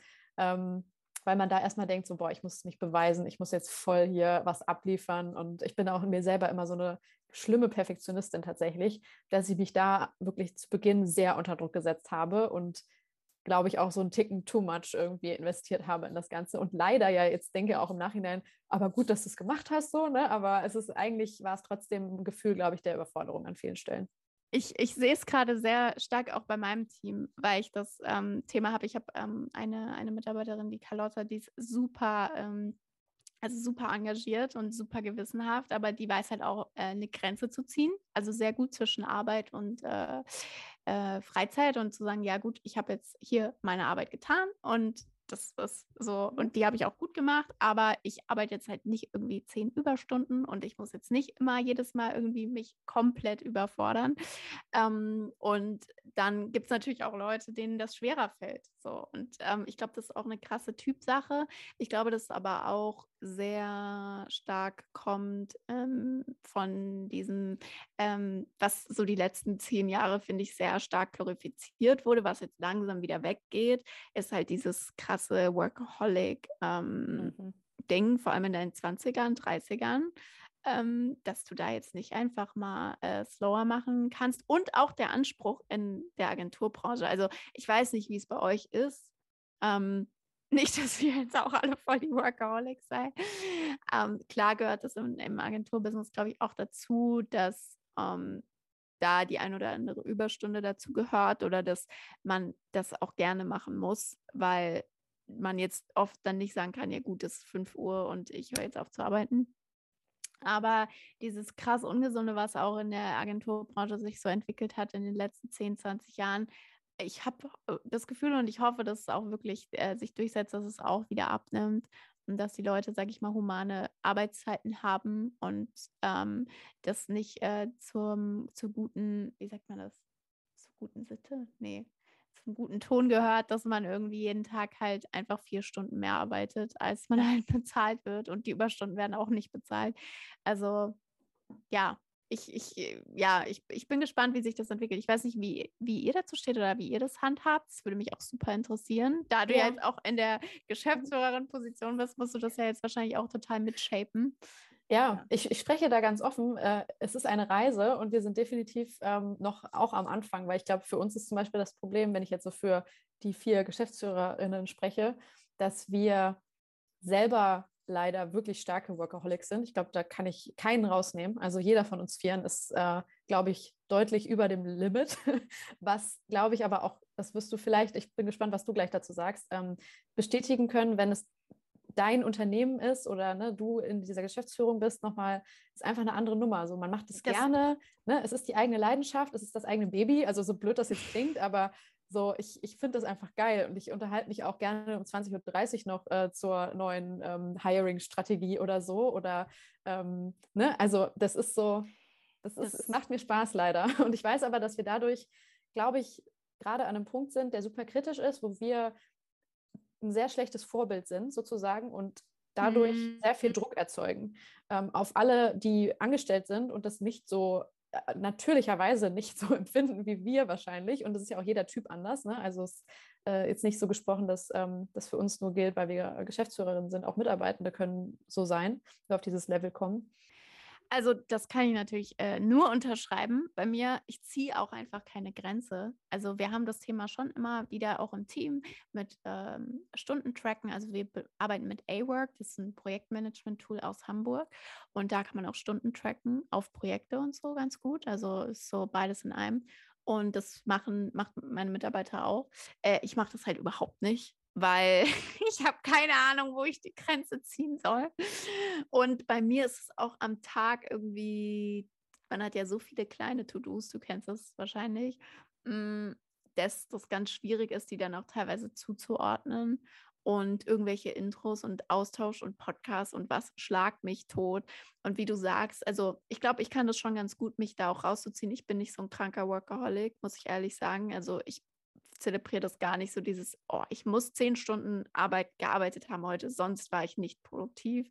weil man da erstmal denkt, so, boah, ich muss mich beweisen, ich muss jetzt voll hier was abliefern. Und ich bin auch in mir selber immer so eine schlimme Perfektionistin tatsächlich, dass ich mich da wirklich zu Beginn sehr unter Druck gesetzt habe und glaube ich, auch so einen Ticken too much irgendwie investiert habe in das Ganze. Und leider ja jetzt denke auch im Nachhinein, aber gut, dass du es gemacht hast, so, ne? Aber es ist eigentlich, war es trotzdem ein Gefühl, glaube ich, der Überforderung an vielen Stellen. Ich sehe es gerade sehr stark auch bei meinem Team, weil ich das Thema habe. Ich habe eine Mitarbeiterin, die Carlotta, die ist super, also super engagiert und super gewissenhaft, aber die weiß halt auch eine Grenze zu ziehen, also sehr gut zwischen Arbeit und Freizeit und zu sagen, ja gut, ich habe jetzt hier meine Arbeit getan und das ist so, und die habe ich auch gut gemacht, aber ich arbeite jetzt halt nicht irgendwie 10 Überstunden und ich muss jetzt nicht immer jedes Mal irgendwie mich komplett überfordern. Und dann gibt es natürlich auch Leute, denen das schwerer fällt. So. Und ich glaube, das ist auch eine krasse Typsache. Ich glaube, dass es aber auch sehr stark kommt von diesem, was so die letzten 10 Jahre, finde ich, sehr stark glorifiziert wurde, was jetzt langsam wieder weggeht, ist halt dieses krasse Mhm. Workaholic-Ding, vor allem in deinen 20ern, 30ern, dass du da jetzt nicht einfach mal slower machen kannst. Und auch der Anspruch in der Agenturbranche. Also ich weiß nicht, wie es bei euch ist. Nicht, dass wir jetzt auch alle voll die Workaholics sein. Klar gehört das im Agenturbusiness, glaube ich, auch dazu, dass da die ein oder andere Überstunde dazu gehört oder dass man das auch gerne machen muss, weil man jetzt oft dann nicht sagen kann, ja gut, es ist 5 Uhr und ich höre jetzt auf zu arbeiten. Aber dieses krass Ungesunde, was auch in der Agenturbranche sich so entwickelt hat in den letzten 10, 20 Jahren, ich habe das Gefühl und ich hoffe, dass es auch wirklich sich durchsetzt, dass es auch wieder abnimmt und dass die Leute, sage ich mal, humane Arbeitszeiten haben und das nicht zur guten, wie sagt man das, zur guten Sitte? Nee, zum guten Ton gehört, dass man irgendwie jeden Tag halt einfach 4 Stunden mehr arbeitet, als man halt bezahlt wird und die Überstunden werden auch nicht bezahlt. Also ja, ich bin gespannt, wie sich das entwickelt. Ich weiß nicht, wie ihr dazu steht oder wie ihr das handhabt. Das würde mich auch super interessieren. Da du ja Ja. jetzt auch in der Geschäftsführerin-Position bist, musst du das ja jetzt wahrscheinlich auch total mitshapen. Ja, ich spreche da ganz offen. Es ist eine Reise und wir sind definitiv noch auch am Anfang, weil ich glaube, für uns ist zum Beispiel das Problem, wenn ich jetzt so für die 4 GeschäftsführerInnen spreche, dass wir selber leider wirklich starke Workaholics sind. Ich glaube, da kann ich keinen rausnehmen. Also jeder von uns Vieren ist, glaube ich, deutlich über dem Limit, was, glaube ich, aber auch, das wirst du vielleicht, ich bin gespannt, was du gleich dazu sagst, bestätigen können, wenn es dein Unternehmen ist oder ne, du in dieser Geschäftsführung bist, nochmal, ist einfach eine andere Nummer. Also man macht es gerne, ne? Es ist die eigene Leidenschaft, es ist das eigene Baby, also so blöd das jetzt klingt, aber so, ich finde das einfach geil und ich unterhalte mich auch gerne um 20:30 Uhr noch zur neuen Hiring-Strategie oder so. Oder ne, also das ist so, es macht mir Spaß leider. Und ich weiß aber, dass wir dadurch, glaube ich, gerade an einem Punkt sind, der super kritisch ist, wo wir ein sehr schlechtes Vorbild sind, sozusagen, und dadurch sehr viel Druck erzeugen auf alle, die angestellt sind und das nicht so natürlicherweise nicht so empfinden wie wir wahrscheinlich. Und das ist ja auch jeder Typ anders. Ne? Also es ist jetzt nicht so gesprochen, dass das für uns nur gilt, weil wir Geschäftsführerinnen sind. Auch Mitarbeitende können so sein, die auf dieses Level kommen. Also das kann ich natürlich nur unterschreiben. Bei mir, ich ziehe auch einfach keine Grenze. Also wir haben das Thema schon immer wieder auch im Team mit Stundentracken. Also wir arbeiten mit A-Work, das ist ein Projektmanagement-Tool aus Hamburg. Und da kann man auch Stunden tracken auf Projekte und so ganz gut. Also ist so beides in einem. Und das macht meine Mitarbeiter auch. Ich mache das halt überhaupt nicht, weil ich habe keine Ahnung, wo ich die Grenze ziehen soll. Und bei mir ist es auch am Tag irgendwie, man hat ja so viele kleine To-Dos, du kennst das wahrscheinlich, dass das ganz schwierig ist, die dann auch teilweise zuzuordnen. Und irgendwelche Intros und Austausch und Podcasts und was schlagt mich tot. Und wie du sagst, also ich glaube, ich kann das schon ganz gut, mich da auch rauszuziehen. Ich bin nicht so ein kranker Workaholic, muss ich ehrlich sagen. Also ich zelebriere das gar nicht so dieses, oh, ich muss 10 Stunden gearbeitet haben heute, sonst war ich nicht produktiv.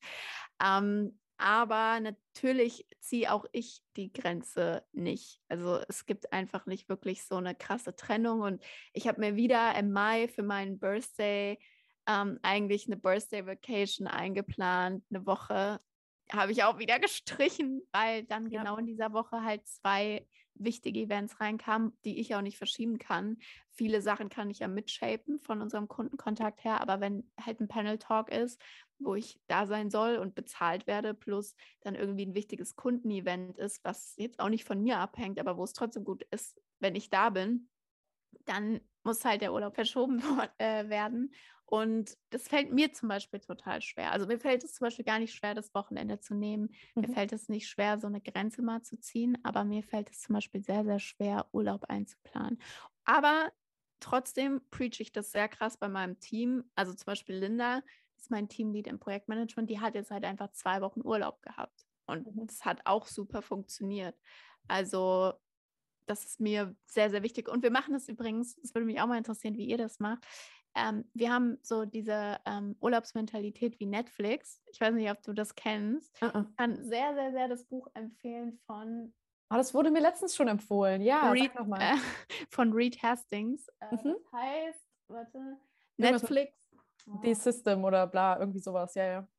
Aber natürlich ziehe auch ich die Grenze nicht. Also es gibt einfach nicht wirklich so eine krasse Trennung. Und ich habe mir wieder im Mai für meinen Birthday eigentlich eine Birthday Vacation eingeplant, eine Woche. Habe ich auch wieder gestrichen, weil dann genau in dieser Woche halt 2 wichtige Events reinkamen, die ich auch nicht verschieben kann. Viele Sachen kann ich ja mitshapen von unserem Kundenkontakt her, aber wenn halt ein Panel-Talk ist, wo ich da sein soll und bezahlt werde, plus dann irgendwie ein wichtiges Kundenevent ist, was jetzt auch nicht von mir abhängt, aber wo es trotzdem gut ist, wenn ich da bin, dann muss halt der Urlaub verschoben werden. Und das fällt mir zum Beispiel total schwer. Also mir fällt es zum Beispiel gar nicht schwer, das Wochenende zu nehmen. Mir fällt es nicht schwer, so eine Grenze mal zu ziehen, aber mir fällt es zum Beispiel sehr, sehr schwer, Urlaub einzuplanen. Aber trotzdem preache ich das sehr krass bei meinem Team. Also zum Beispiel Linda ist mein Teamlead im Projektmanagement, die hat jetzt halt einfach 2 Wochen Urlaub gehabt. Und es hat auch super funktioniert. Also das ist mir sehr, sehr wichtig. Und wir machen das übrigens, das würde mich auch mal interessieren, wie ihr das macht. Wir haben so diese Urlaubsmentalität wie Netflix. Ich weiß nicht, ob du das kennst. Ich kann sehr, sehr, sehr das Buch empfehlen von Das wurde mir letztens schon empfohlen. Ja, sag nochmal. von Reed Hastings. Das heißt, warte, Netflix. The System oder bla, irgendwie sowas. Ja, ja.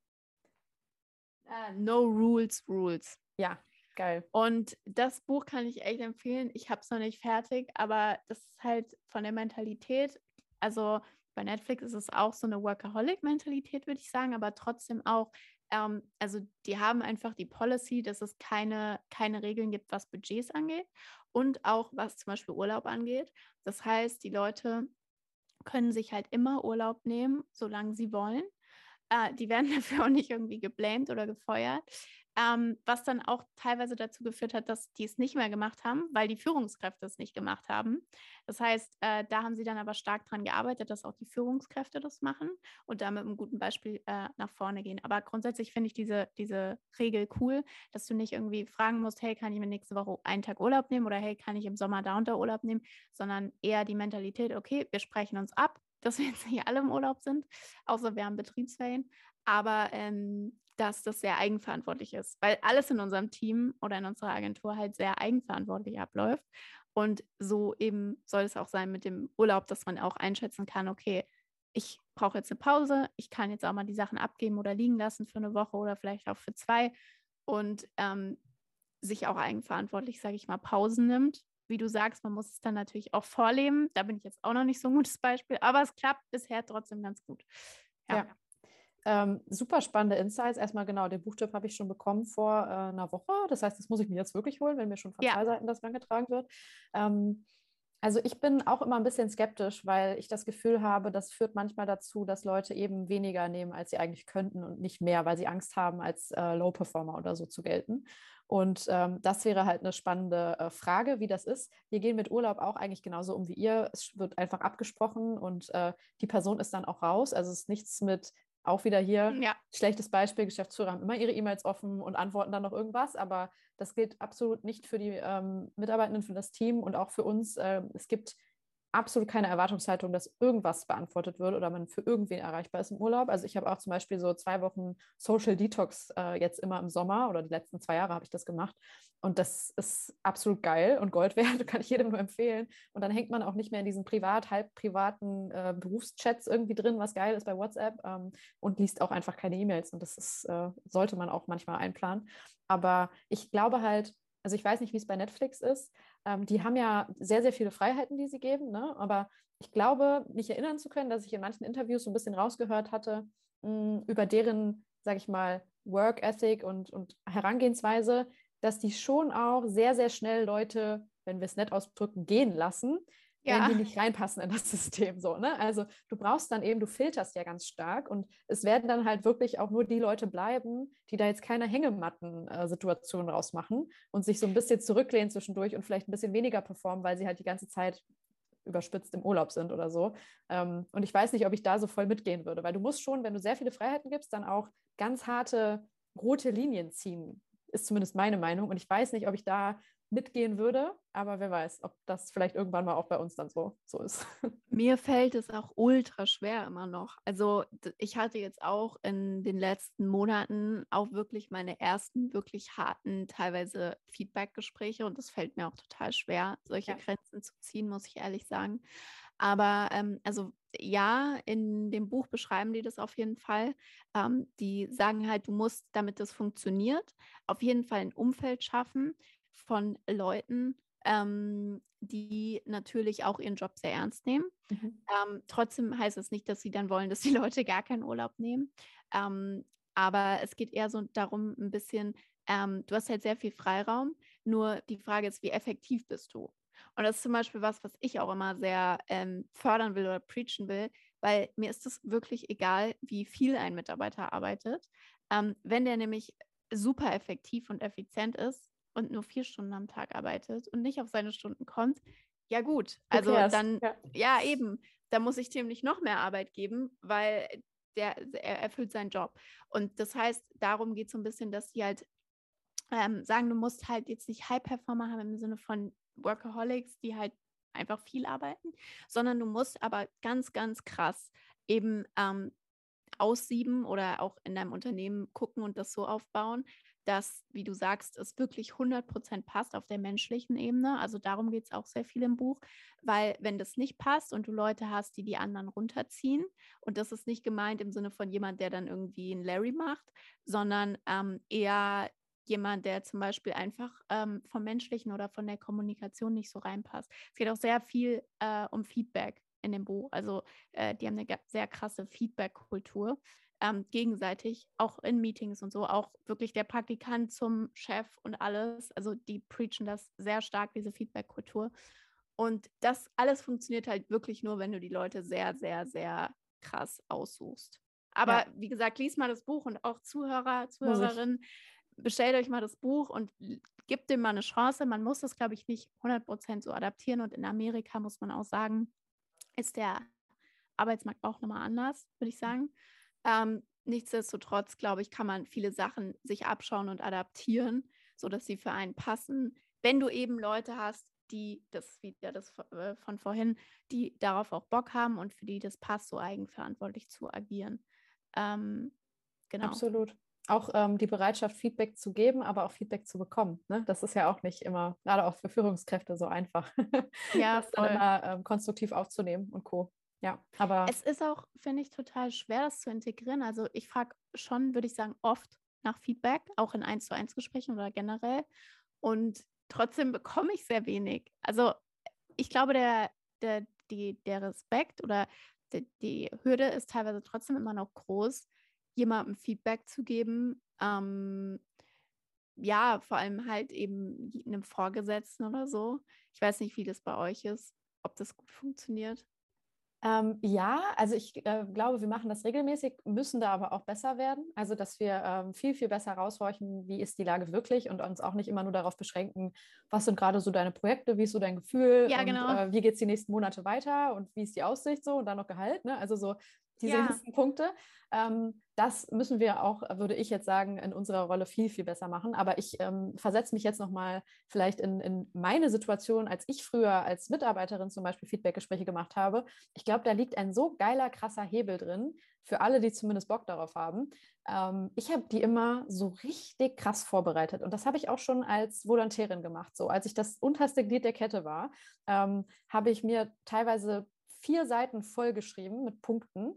No Rules, Rules. Ja, geil. Und das Buch kann ich echt empfehlen. Ich habe es noch nicht fertig, aber das ist halt von der Mentalität, also bei Netflix ist es auch so eine Workaholic-Mentalität, würde ich sagen, aber trotzdem auch, also die haben einfach die Policy, dass es keine Regeln gibt, was Budgets angeht und auch was zum Beispiel Urlaub angeht. Das heißt, die Leute können sich halt immer Urlaub nehmen, solange sie wollen. Die werden dafür auch nicht irgendwie geblamed oder gefeuert. was dann auch teilweise dazu geführt hat, dass die es nicht mehr gemacht haben, weil die Führungskräfte es nicht gemacht haben. Das heißt, da haben sie dann aber stark dran gearbeitet, dass auch die Führungskräfte das machen und da mit einem guten Beispiel nach vorne gehen. Aber grundsätzlich finde ich diese Regel cool, dass du nicht irgendwie fragen musst, hey, kann ich mir nächste Woche einen Tag Urlaub nehmen oder hey, kann ich im Sommer da und da Urlaub nehmen, sondern eher die Mentalität, okay, wir sprechen uns ab, dass wir jetzt nicht alle im Urlaub sind, außer wir haben Betriebsferien, aber dass das sehr eigenverantwortlich ist, weil alles in unserem Team oder in unserer Agentur halt sehr eigenverantwortlich abläuft. Und so eben soll es auch sein mit dem Urlaub, dass man auch einschätzen kann, okay, ich brauche jetzt eine Pause, ich kann jetzt auch mal die Sachen abgeben oder liegen lassen für eine Woche oder vielleicht auch für 2 und sich auch eigenverantwortlich, sage ich mal, Pausen nimmt. Wie du sagst, man muss es dann natürlich auch vorleben. Da bin ich jetzt auch noch nicht so ein gutes Beispiel, aber es klappt bisher trotzdem ganz gut. Ja. Super spannende Insights. Erstmal genau, den Buchtipp habe ich schon bekommen vor einer Woche. Das heißt, das muss ich mir jetzt wirklich holen, wenn mir schon von 2 Seiten das rangetragen wird. Also ich bin auch immer ein bisschen skeptisch, weil ich das Gefühl habe, das führt manchmal dazu, dass Leute eben weniger nehmen, als sie eigentlich könnten und nicht mehr, weil sie Angst haben, als Low-Performer oder so zu gelten. Und das wäre halt eine spannende Frage, wie das ist. Wir gehen mit Urlaub auch eigentlich genauso um wie ihr. Es wird einfach abgesprochen und die Person ist dann auch raus. Also es ist nichts mit auch wieder hier, schlechtes Beispiel, Geschäftsführer haben immer ihre E-Mails offen und antworten dann noch irgendwas, aber das gilt absolut nicht für die Mitarbeitenden, für das Team und auch für uns. Es gibt absolut keine Erwartungshaltung, dass irgendwas beantwortet wird oder man für irgendwen erreichbar ist im Urlaub. Also ich habe auch zum Beispiel so 2 Wochen Social Detox jetzt immer im Sommer oder die letzten 2 Jahre habe ich das gemacht. Und das ist absolut geil und Gold wert, kann ich jedem nur empfehlen. Und dann hängt man auch nicht mehr in diesen halb privaten Berufschats irgendwie drin, was geil ist bei WhatsApp und liest auch einfach keine E-Mails. Und das ist, sollte man auch manchmal einplanen. Aber ich glaube halt, also ich weiß nicht, wie es bei Netflix ist. Die haben ja sehr, sehr viele Freiheiten, die sie geben, ne? Aber ich glaube, mich erinnern zu können, dass ich in manchen Interviews so ein bisschen rausgehört hatte, über deren, sage ich mal, Work Ethic und Herangehensweise, dass die schon auch sehr, sehr schnell Leute, wenn wir es nett ausdrücken, gehen lassen, wenn die nicht reinpassen in das System. So, ne? Also du brauchst dann eben, du filterst ja ganz stark und es werden dann halt wirklich auch nur die Leute bleiben, die da jetzt keine Hängematten-Situation rausmachen und sich so ein bisschen zurücklehnen zwischendurch und vielleicht ein bisschen weniger performen, weil sie halt die ganze Zeit überspitzt im Urlaub sind oder so. Und ich weiß nicht, ob ich da so voll mitgehen würde, weil du musst schon, wenn du sehr viele Freiheiten gibst, dann auch ganz harte rote Linien ziehen, ist zumindest meine Meinung. Und ich weiß nicht, ob ich da mitgehen würde, aber wer weiß, ob das vielleicht irgendwann mal auch bei uns dann so ist. Mir fällt es auch ultra schwer immer noch. Also ich hatte jetzt auch in den letzten Monaten auch wirklich meine ersten wirklich harten, teilweise Feedback-Gespräche und es fällt mir auch total schwer, solche Grenzen zu ziehen, muss ich ehrlich sagen. Aber also ja, in dem Buch beschreiben die das auf jeden Fall. Die sagen halt, du musst, damit das funktioniert, auf jeden Fall ein Umfeld schaffen von Leuten, die natürlich auch ihren Job sehr ernst nehmen. Trotzdem heißt es nicht, dass sie dann wollen, dass die Leute gar keinen Urlaub nehmen. Aber es geht eher so darum, ein bisschen, du hast halt sehr viel Freiraum, nur die Frage ist, wie effektiv bist du? Und das ist zum Beispiel was ich auch immer sehr fördern will oder preachen will, weil mir ist es wirklich egal, wie viel ein Mitarbeiter arbeitet. Wenn der nämlich super effektiv und effizient ist und nur 4 Stunden am Tag arbeitet und nicht auf seine Stunden kommt, ja gut, also dann, ja eben, da muss ich dem nicht noch mehr Arbeit geben, weil er erfüllt seinen Job. Und das heißt, darum geht es so ein bisschen, dass die halt sagen, du musst halt jetzt nicht High-Performer haben im Sinne von Workaholics, die halt einfach viel arbeiten, sondern du musst aber ganz, ganz krass eben aussieben oder auch in deinem Unternehmen gucken und das so aufbauen, dass, wie du sagst, es wirklich 100% passt auf der menschlichen Ebene. Also darum geht es auch sehr viel im Buch, weil wenn das nicht passt und du Leute hast, die anderen runterziehen, und das ist nicht gemeint im Sinne von jemand, der dann irgendwie einen Larry macht, sondern eher jemand, der zum Beispiel einfach vom Menschlichen oder von der Kommunikation nicht so reinpasst. Es geht auch sehr viel um Feedback in dem Buch. Also die haben eine sehr krasse Feedback-Kultur, gegenseitig, auch in Meetings und so, auch wirklich der Praktikant zum Chef und alles. Also die preachen das sehr stark, diese Feedback-Kultur. Und das alles funktioniert halt wirklich nur, wenn du die Leute sehr, sehr, sehr krass aussuchst. Aber wie gesagt, lies mal das Buch und auch Zuhörer, Zuhörerinnen, bestellt euch mal das Buch und gebt dem mal eine Chance. Man muss das, glaube ich, nicht 100% so adaptieren. Und in Amerika muss man auch sagen, ist der Arbeitsmarkt auch nochmal anders, würde ich sagen. Nichtsdestotrotz, glaube ich, kann man viele Sachen sich abschauen und adaptieren, sodass sie für einen passen. Wenn du eben Leute hast, die von vorhin, die darauf auch Bock haben und für die das passt, so eigenverantwortlich zu agieren. Genau. Absolut. Auch die Bereitschaft, Feedback zu geben, aber auch Feedback zu bekommen. Ne? Das ist ja auch nicht immer, gerade auch für Führungskräfte, so einfach, Ja, das dann immer konstruktiv aufzunehmen und Co. Ja, aber es ist auch, finde ich, total schwer, das zu integrieren. Also ich frage schon, würde ich sagen, oft nach Feedback, auch in 1:1 Gesprächen oder generell. Und trotzdem bekomme ich sehr wenig. Also ich glaube, der Respekt oder die Hürde ist teilweise trotzdem immer noch groß, jemandem Feedback zu geben. Ja, vor allem halt eben einem Vorgesetzten oder so. Ich weiß nicht, wie das bei euch ist, ob das gut funktioniert. ja, also ich glaube, wir machen das regelmäßig, müssen da aber auch besser werden. Also, dass wir viel, viel besser raushorchen, wie ist die Lage wirklich und uns auch nicht immer nur darauf beschränken, was sind gerade so deine Projekte, wie ist so dein Gefühl Ja, und genau. wie geht es die nächsten Monate weiter und wie ist die Aussicht so und dann noch Gehalt. Ne? Also so diese Ja, ganzen Punkte. Das müssen wir auch, würde ich jetzt sagen, in unserer Rolle viel, viel besser machen. Aber ich versetze mich jetzt nochmal vielleicht in meine Situation, als ich früher als Mitarbeiterin zum Beispiel Feedbackgespräche gemacht habe. Ich glaube, da liegt ein so geiler, krasser Hebel drin, für alle, die zumindest Bock darauf haben. Ich habe die immer so richtig krass vorbereitet. Und das habe ich auch schon als Volontärin gemacht. So, als ich das unterste Glied der Kette war, habe ich mir teilweise 4 Seiten vollgeschrieben mit Punkten,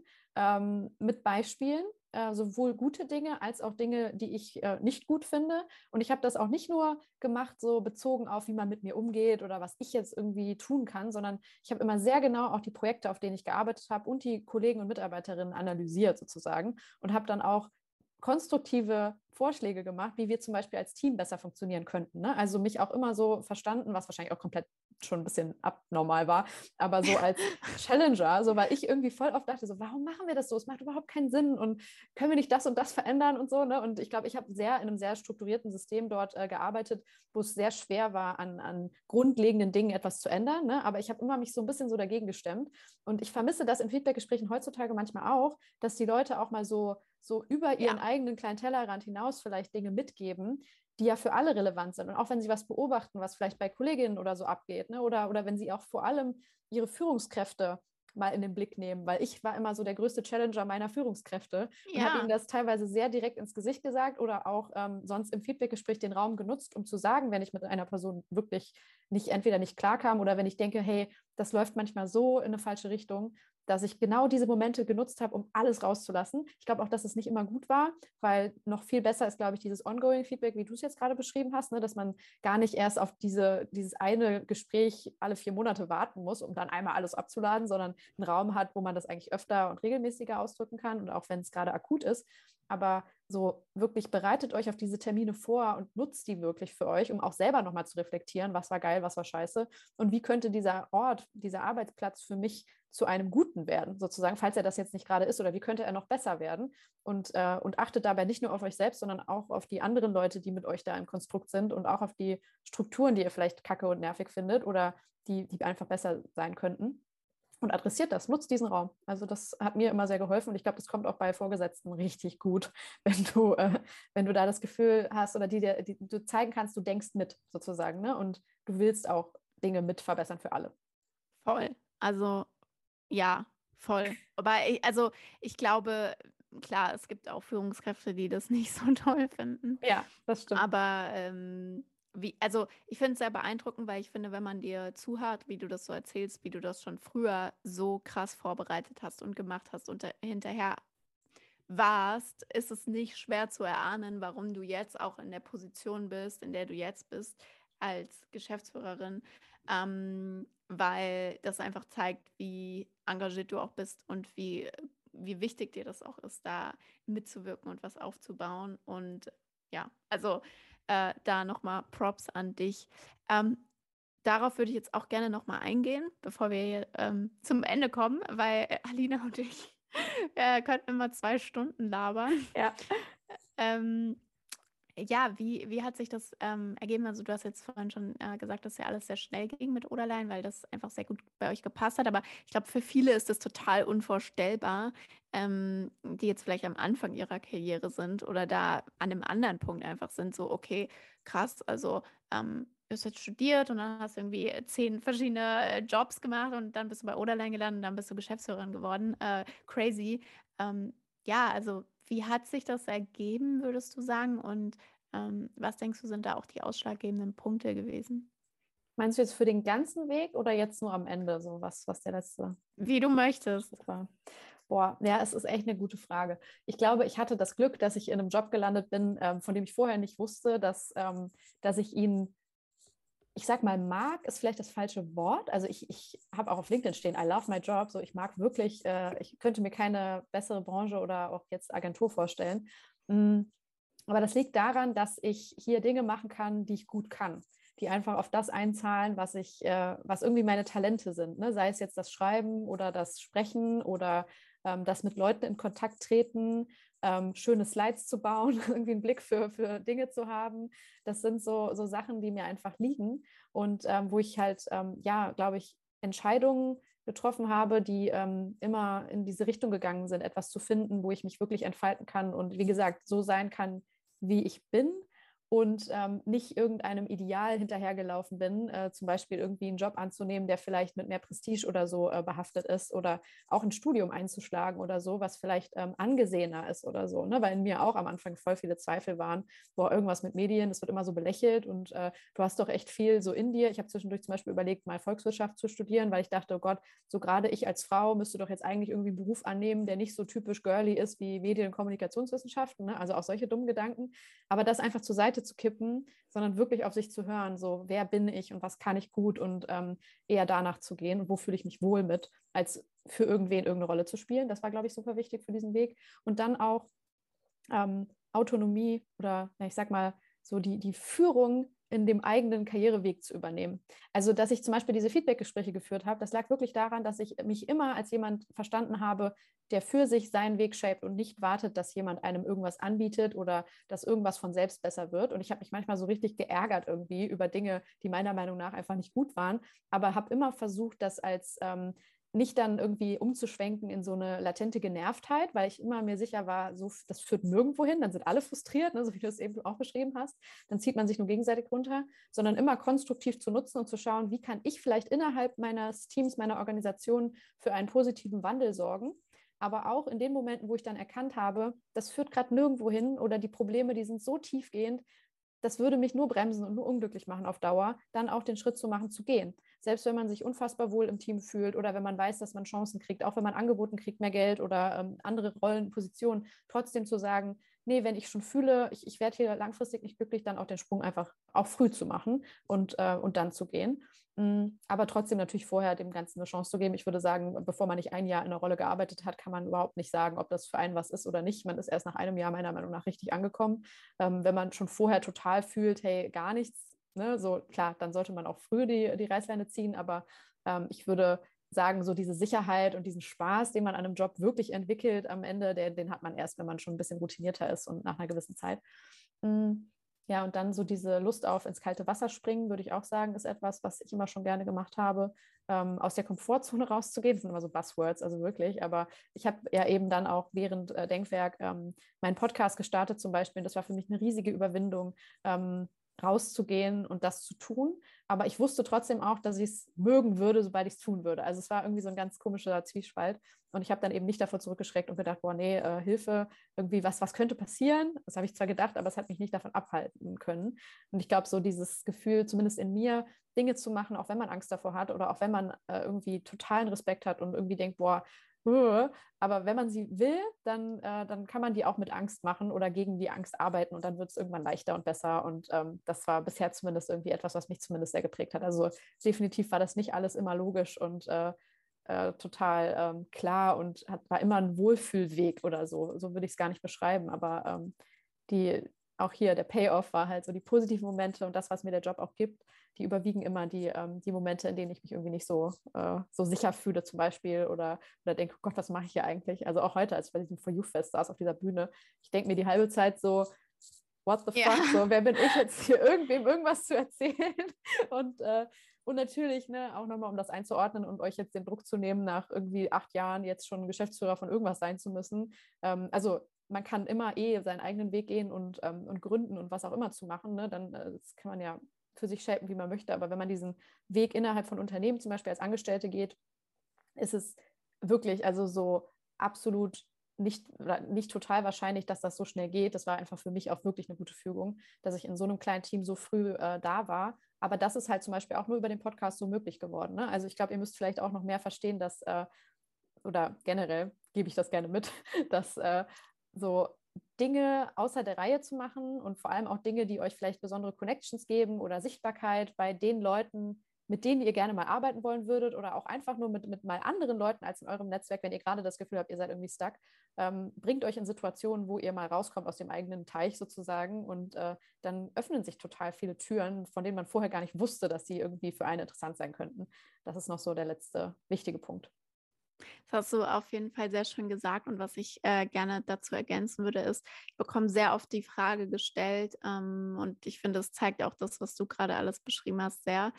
mit Beispielen, sowohl gute Dinge als auch Dinge, die ich nicht gut finde. Und ich habe das auch nicht nur gemacht, so bezogen auf, wie man mit mir umgeht oder was ich jetzt irgendwie tun kann, sondern ich habe immer sehr genau auch die Projekte, auf denen ich gearbeitet habe und die Kollegen und Mitarbeiterinnen analysiert sozusagen und habe dann auch konstruktive Vorschläge gemacht, wie wir zum Beispiel als Team besser funktionieren könnten. Ne? Also mich auch immer so verstanden, was wahrscheinlich auch komplett schon ein bisschen abnormal war, aber so als Challenger, so weil ich irgendwie voll oft dachte, so warum machen wir das so? Es macht überhaupt keinen Sinn und können wir nicht das und das verändern und so. Ne? Und ich glaube, ich habe sehr in einem sehr strukturierten System dort gearbeitet, wo es sehr schwer war, an grundlegenden Dingen etwas zu ändern. Ne? Aber ich habe immer mich so ein bisschen so dagegen gestemmt. Und ich vermisse das in Feedbackgesprächen heutzutage manchmal auch, dass die Leute auch mal so über ihren eigenen kleinen Tellerrand hinaus vielleicht Dinge mitgeben, die ja für alle relevant sind. Und auch wenn sie was beobachten, was vielleicht bei Kolleginnen oder so abgeht, ne? Oder wenn sie auch vor allem ihre Führungskräfte mal in den Blick nehmen, weil ich war immer so der größte Challenger meiner Führungskräfte und habe ihnen das teilweise sehr direkt ins Gesicht gesagt oder auch sonst im Feedbackgespräch den Raum genutzt, um zu sagen, wenn ich mit einer Person wirklich entweder nicht klarkam oder wenn ich denke, hey, das läuft manchmal so in eine falsche Richtung, dass ich genau diese Momente genutzt habe, um alles rauszulassen. Ich glaube auch, dass es nicht immer gut war, weil noch viel besser ist, glaube ich, dieses Ongoing-Feedback, wie du es jetzt gerade beschrieben hast, ne, dass man gar nicht erst auf dieses eine Gespräch alle 4 Monate warten muss, um dann einmal alles abzuladen, sondern einen Raum hat, wo man das eigentlich öfter und regelmäßiger ausdrücken kann und auch wenn es gerade akut ist. Aber so wirklich bereitet euch auf diese Termine vor und nutzt die wirklich für euch, um auch selber nochmal zu reflektieren, was war geil, was war scheiße und wie könnte dieser Ort, dieser Arbeitsplatz für mich zu einem Guten werden, sozusagen, falls er das jetzt nicht gerade ist oder wie könnte er noch besser werden und achtet dabei nicht nur auf euch selbst, sondern auch auf die anderen Leute, die mit euch da im Konstrukt sind und auch auf die Strukturen, die ihr vielleicht kacke und nervig findet oder die einfach besser sein könnten. Und adressiert das, nutzt diesen Raum. Also das hat mir immer sehr geholfen und ich glaube, das kommt auch bei Vorgesetzten richtig gut, wenn du da das Gefühl hast oder du zeigen kannst, du denkst mit sozusagen, ne? Und du willst auch Dinge mit verbessern für alle. Voll. Also ja, voll. Aber ich glaube, klar, es gibt auch Führungskräfte, die das nicht so toll finden. Ja, das stimmt. Aber ich finde es sehr beeindruckend, weil ich finde, wenn man dir zuhört, wie du das so erzählst, wie du das schon früher so krass vorbereitet hast und gemacht hast und hinterher warst, ist es nicht schwer zu erahnen, warum du jetzt auch in der Position bist, in der du jetzt bist, als Geschäftsführerin, weil das einfach zeigt, wie engagiert du auch bist und wie wichtig dir das auch ist, da mitzuwirken und was aufzubauen. Und ja, also da nochmal Props an dich. Darauf würde ich jetzt auch gerne nochmal eingehen, bevor wir hier, zum Ende kommen, weil Alina und ich könnten immer 2 Stunden labern. Ja. Ja, wie hat sich das ergeben? Also du hast jetzt vorhin schon gesagt, dass ja alles sehr schnell ging mit Oderlein, weil das einfach sehr gut bei euch gepasst hat. Aber ich glaube, für viele ist das total unvorstellbar, die jetzt vielleicht am Anfang ihrer Karriere sind oder da an einem anderen Punkt einfach sind. So, okay, krass, also du hast jetzt studiert und dann hast du irgendwie 10 verschiedene Jobs gemacht und dann bist du bei Oderlein gelandet und dann bist du Geschäftsführerin geworden. Crazy. Ähm, ja, also wie hat sich das ergeben, würdest du sagen? Und was denkst du, sind da auch die ausschlaggebenden Punkte gewesen? Meinst du jetzt für den ganzen Weg oder jetzt nur am Ende, so was der letzte Wie du möchtest. Schritt war? Boah, ja, es ist echt eine gute Frage. Ich glaube, ich hatte das Glück, dass ich in einem Job gelandet bin, von dem ich vorher nicht wusste, dass ich ihn, ich sag mal, mag, ist vielleicht das falsche Wort. Also ich habe auch auf LinkedIn stehen, I love my job. So, ich mag wirklich, ich könnte mir keine bessere Branche oder auch jetzt Agentur vorstellen. Mm, Aber das liegt daran, dass ich hier Dinge machen kann, die ich gut kann, die einfach auf das einzahlen, was irgendwie meine Talente sind. Ne? Sei es jetzt das Schreiben oder das Sprechen oder das mit Leuten in Kontakt treten, schöne Slides zu bauen, irgendwie einen Blick für Dinge zu haben. Das sind so Sachen, die mir einfach liegen und wo ich halt, ja, glaube ich, Entscheidungen getroffen habe, die immer in diese Richtung gegangen sind, etwas zu finden, wo ich mich wirklich entfalten kann und wie gesagt, so sein kann, wie ich bin und nicht irgendeinem Ideal hinterhergelaufen bin, zum Beispiel irgendwie einen Job anzunehmen, der vielleicht mit mehr Prestige oder so behaftet ist oder auch ein Studium einzuschlagen oder so, was vielleicht angesehener ist oder so, ne? Weil in mir auch am Anfang voll viele Zweifel waren, boah, irgendwas mit Medien, das wird immer so belächelt und du hast doch echt viel so in dir. Ich habe zwischendurch zum Beispiel überlegt, mal Volkswirtschaft zu studieren, weil ich dachte, oh Gott, so gerade ich als Frau müsste doch jetzt eigentlich irgendwie einen Beruf annehmen, der nicht so typisch girly ist wie Medien- und Kommunikationswissenschaften, ne? Also auch solche dummen Gedanken. Aber das einfach zur Seite zu kippen, sondern wirklich auf sich zu hören, so wer bin ich und was kann ich gut und eher danach zu gehen und wo fühle ich mich wohl mit, als für irgendwen irgendeine Rolle zu spielen. Das war, glaube ich, super wichtig für diesen Weg. Und dann auch Autonomie oder ja, ich sag mal so die Führung in dem eigenen Karriereweg zu übernehmen. Also, dass ich zum Beispiel diese Feedbackgespräche geführt habe, das lag wirklich daran, dass ich mich immer als jemand verstanden habe, der für sich seinen Weg shaped und nicht wartet, dass jemand einem irgendwas anbietet oder dass irgendwas von selbst besser wird. Und ich habe mich manchmal so richtig geärgert irgendwie über Dinge, die meiner Meinung nach einfach nicht gut waren, aber habe immer versucht, das als nicht dann irgendwie umzuschwenken in so eine latente Genervtheit, weil ich immer mir sicher war, so, das führt nirgendwo hin, dann sind alle frustriert, ne, so wie du es eben auch beschrieben hast, dann zieht man sich nur gegenseitig runter, sondern immer konstruktiv zu nutzen und zu schauen, wie kann ich vielleicht innerhalb meines Teams, meiner Organisation für einen positiven Wandel sorgen, aber auch in den Momenten, wo ich dann erkannt habe, das führt gerade nirgendwo hin oder die Probleme, die sind so tiefgehend, das würde mich nur bremsen und nur unglücklich machen auf Dauer, dann auch den Schritt zu machen, zu gehen. Selbst wenn man sich unfassbar wohl im Team fühlt oder wenn man weiß, dass man Chancen kriegt, auch wenn man angeboten kriegt, mehr Geld oder andere Rollen, Positionen, trotzdem zu sagen, nee, wenn ich schon fühle, ich werde hier langfristig nicht glücklich, dann auch den Sprung einfach auch früh zu machen und dann zu gehen. Aber trotzdem natürlich vorher dem Ganzen eine Chance zu geben. Ich würde sagen, bevor man nicht ein Jahr in einer Rolle gearbeitet hat, kann man überhaupt nicht sagen, ob das für einen was ist oder nicht. Man ist erst nach einem Jahr meiner Meinung nach richtig angekommen. Wenn man schon vorher total fühlt, hey, gar nichts, ne, so klar, dann sollte man auch früh die Reißleine ziehen, aber ich würde sagen, so diese Sicherheit und diesen Spaß, den man an einem Job wirklich entwickelt am Ende, den hat man erst, wenn man schon ein bisschen routinierter ist und nach einer gewissen Zeit. Ja, und dann so diese Lust auf ins kalte Wasser springen, würde ich auch sagen, ist etwas, was ich immer schon gerne gemacht habe, aus der Komfortzone rauszugehen. Das sind immer so Buzzwords, also wirklich. Aber ich habe ja eben dann auch während Denkwerk meinen Podcast gestartet zum Beispiel. Das war für mich eine riesige Überwindung, rauszugehen und das zu tun. Aber ich wusste trotzdem auch, dass ich es mögen würde, sobald ich es tun würde. Also es war irgendwie so ein ganz komischer Zwiespalt. Und ich habe dann eben nicht davor zurückgeschreckt und gedacht, boah, nee, Hilfe, irgendwie was könnte passieren? Das habe ich zwar gedacht, aber es hat mich nicht davon abhalten können. Und ich glaube, so dieses Gefühl, zumindest in mir, Dinge zu machen, auch wenn man Angst davor hat oder auch wenn man irgendwie totalen Respekt hat und irgendwie denkt, boah, aber wenn man sie will, dann kann man die auch mit Angst machen oder gegen die Angst arbeiten und dann wird es irgendwann leichter und besser. Und das war bisher zumindest irgendwie etwas, was mich zumindest sehr geprägt hat. Also definitiv war das nicht alles immer logisch und total klar und war immer ein Wohlfühlweg oder so. So würde ich es gar nicht beschreiben. Aber auch hier der Payoff war halt so die positiven Momente und das, was mir der Job auch gibt, die überwiegen immer die Momente, in denen ich mich irgendwie nicht so sicher fühle zum Beispiel oder denke, oh Gott, was mache ich hier eigentlich? Also auch heute, als ich bei diesem For You Fest saß auf dieser Bühne, ich denke mir die halbe Zeit so, what the Ja. fuck, so, wer bin ich jetzt hier, irgendwem irgendwas zu erzählen? Und natürlich, ne, auch nochmal, um das einzuordnen und euch jetzt den Druck zu nehmen, nach irgendwie 8 Jahren jetzt schon Geschäftsführer von irgendwas sein zu müssen. Also man kann immer seinen eigenen Weg gehen und gründen und was auch immer zu machen. Ne? Dann das kann man ja für sich shapen, wie man möchte. Aber wenn man diesen Weg innerhalb von Unternehmen zum Beispiel als Angestellte geht, ist es wirklich also so absolut nicht total wahrscheinlich, dass das so schnell geht. Das war einfach für mich auch wirklich eine gute Fügung, dass ich in so einem kleinen Team so früh da war. Aber das ist halt zum Beispiel auch nur über den Podcast so möglich geworden. Ne? Also ich glaube, ihr müsst vielleicht auch noch mehr verstehen, dass, oder generell gebe ich das gerne mit, dass so Dinge außer der Reihe zu machen und vor allem auch Dinge, die euch vielleicht besondere Connections geben oder Sichtbarkeit bei den Leuten, mit denen ihr gerne mal arbeiten wollen würdet oder auch einfach nur mit mal anderen Leuten als in eurem Netzwerk, wenn ihr gerade das Gefühl habt, ihr seid irgendwie stuck, bringt euch in Situationen, wo ihr mal rauskommt aus dem eigenen Teich sozusagen und dann öffnen sich total viele Türen, von denen man vorher gar nicht wusste, dass sie irgendwie für einen interessant sein könnten. Das ist noch so der letzte wichtige Punkt. Das hast du auf jeden Fall sehr schön gesagt. Und was ich gerne dazu ergänzen würde, ist, ich bekomme sehr oft die Frage gestellt, und ich finde, das zeigt auch das, was du gerade alles beschrieben hast, sehr.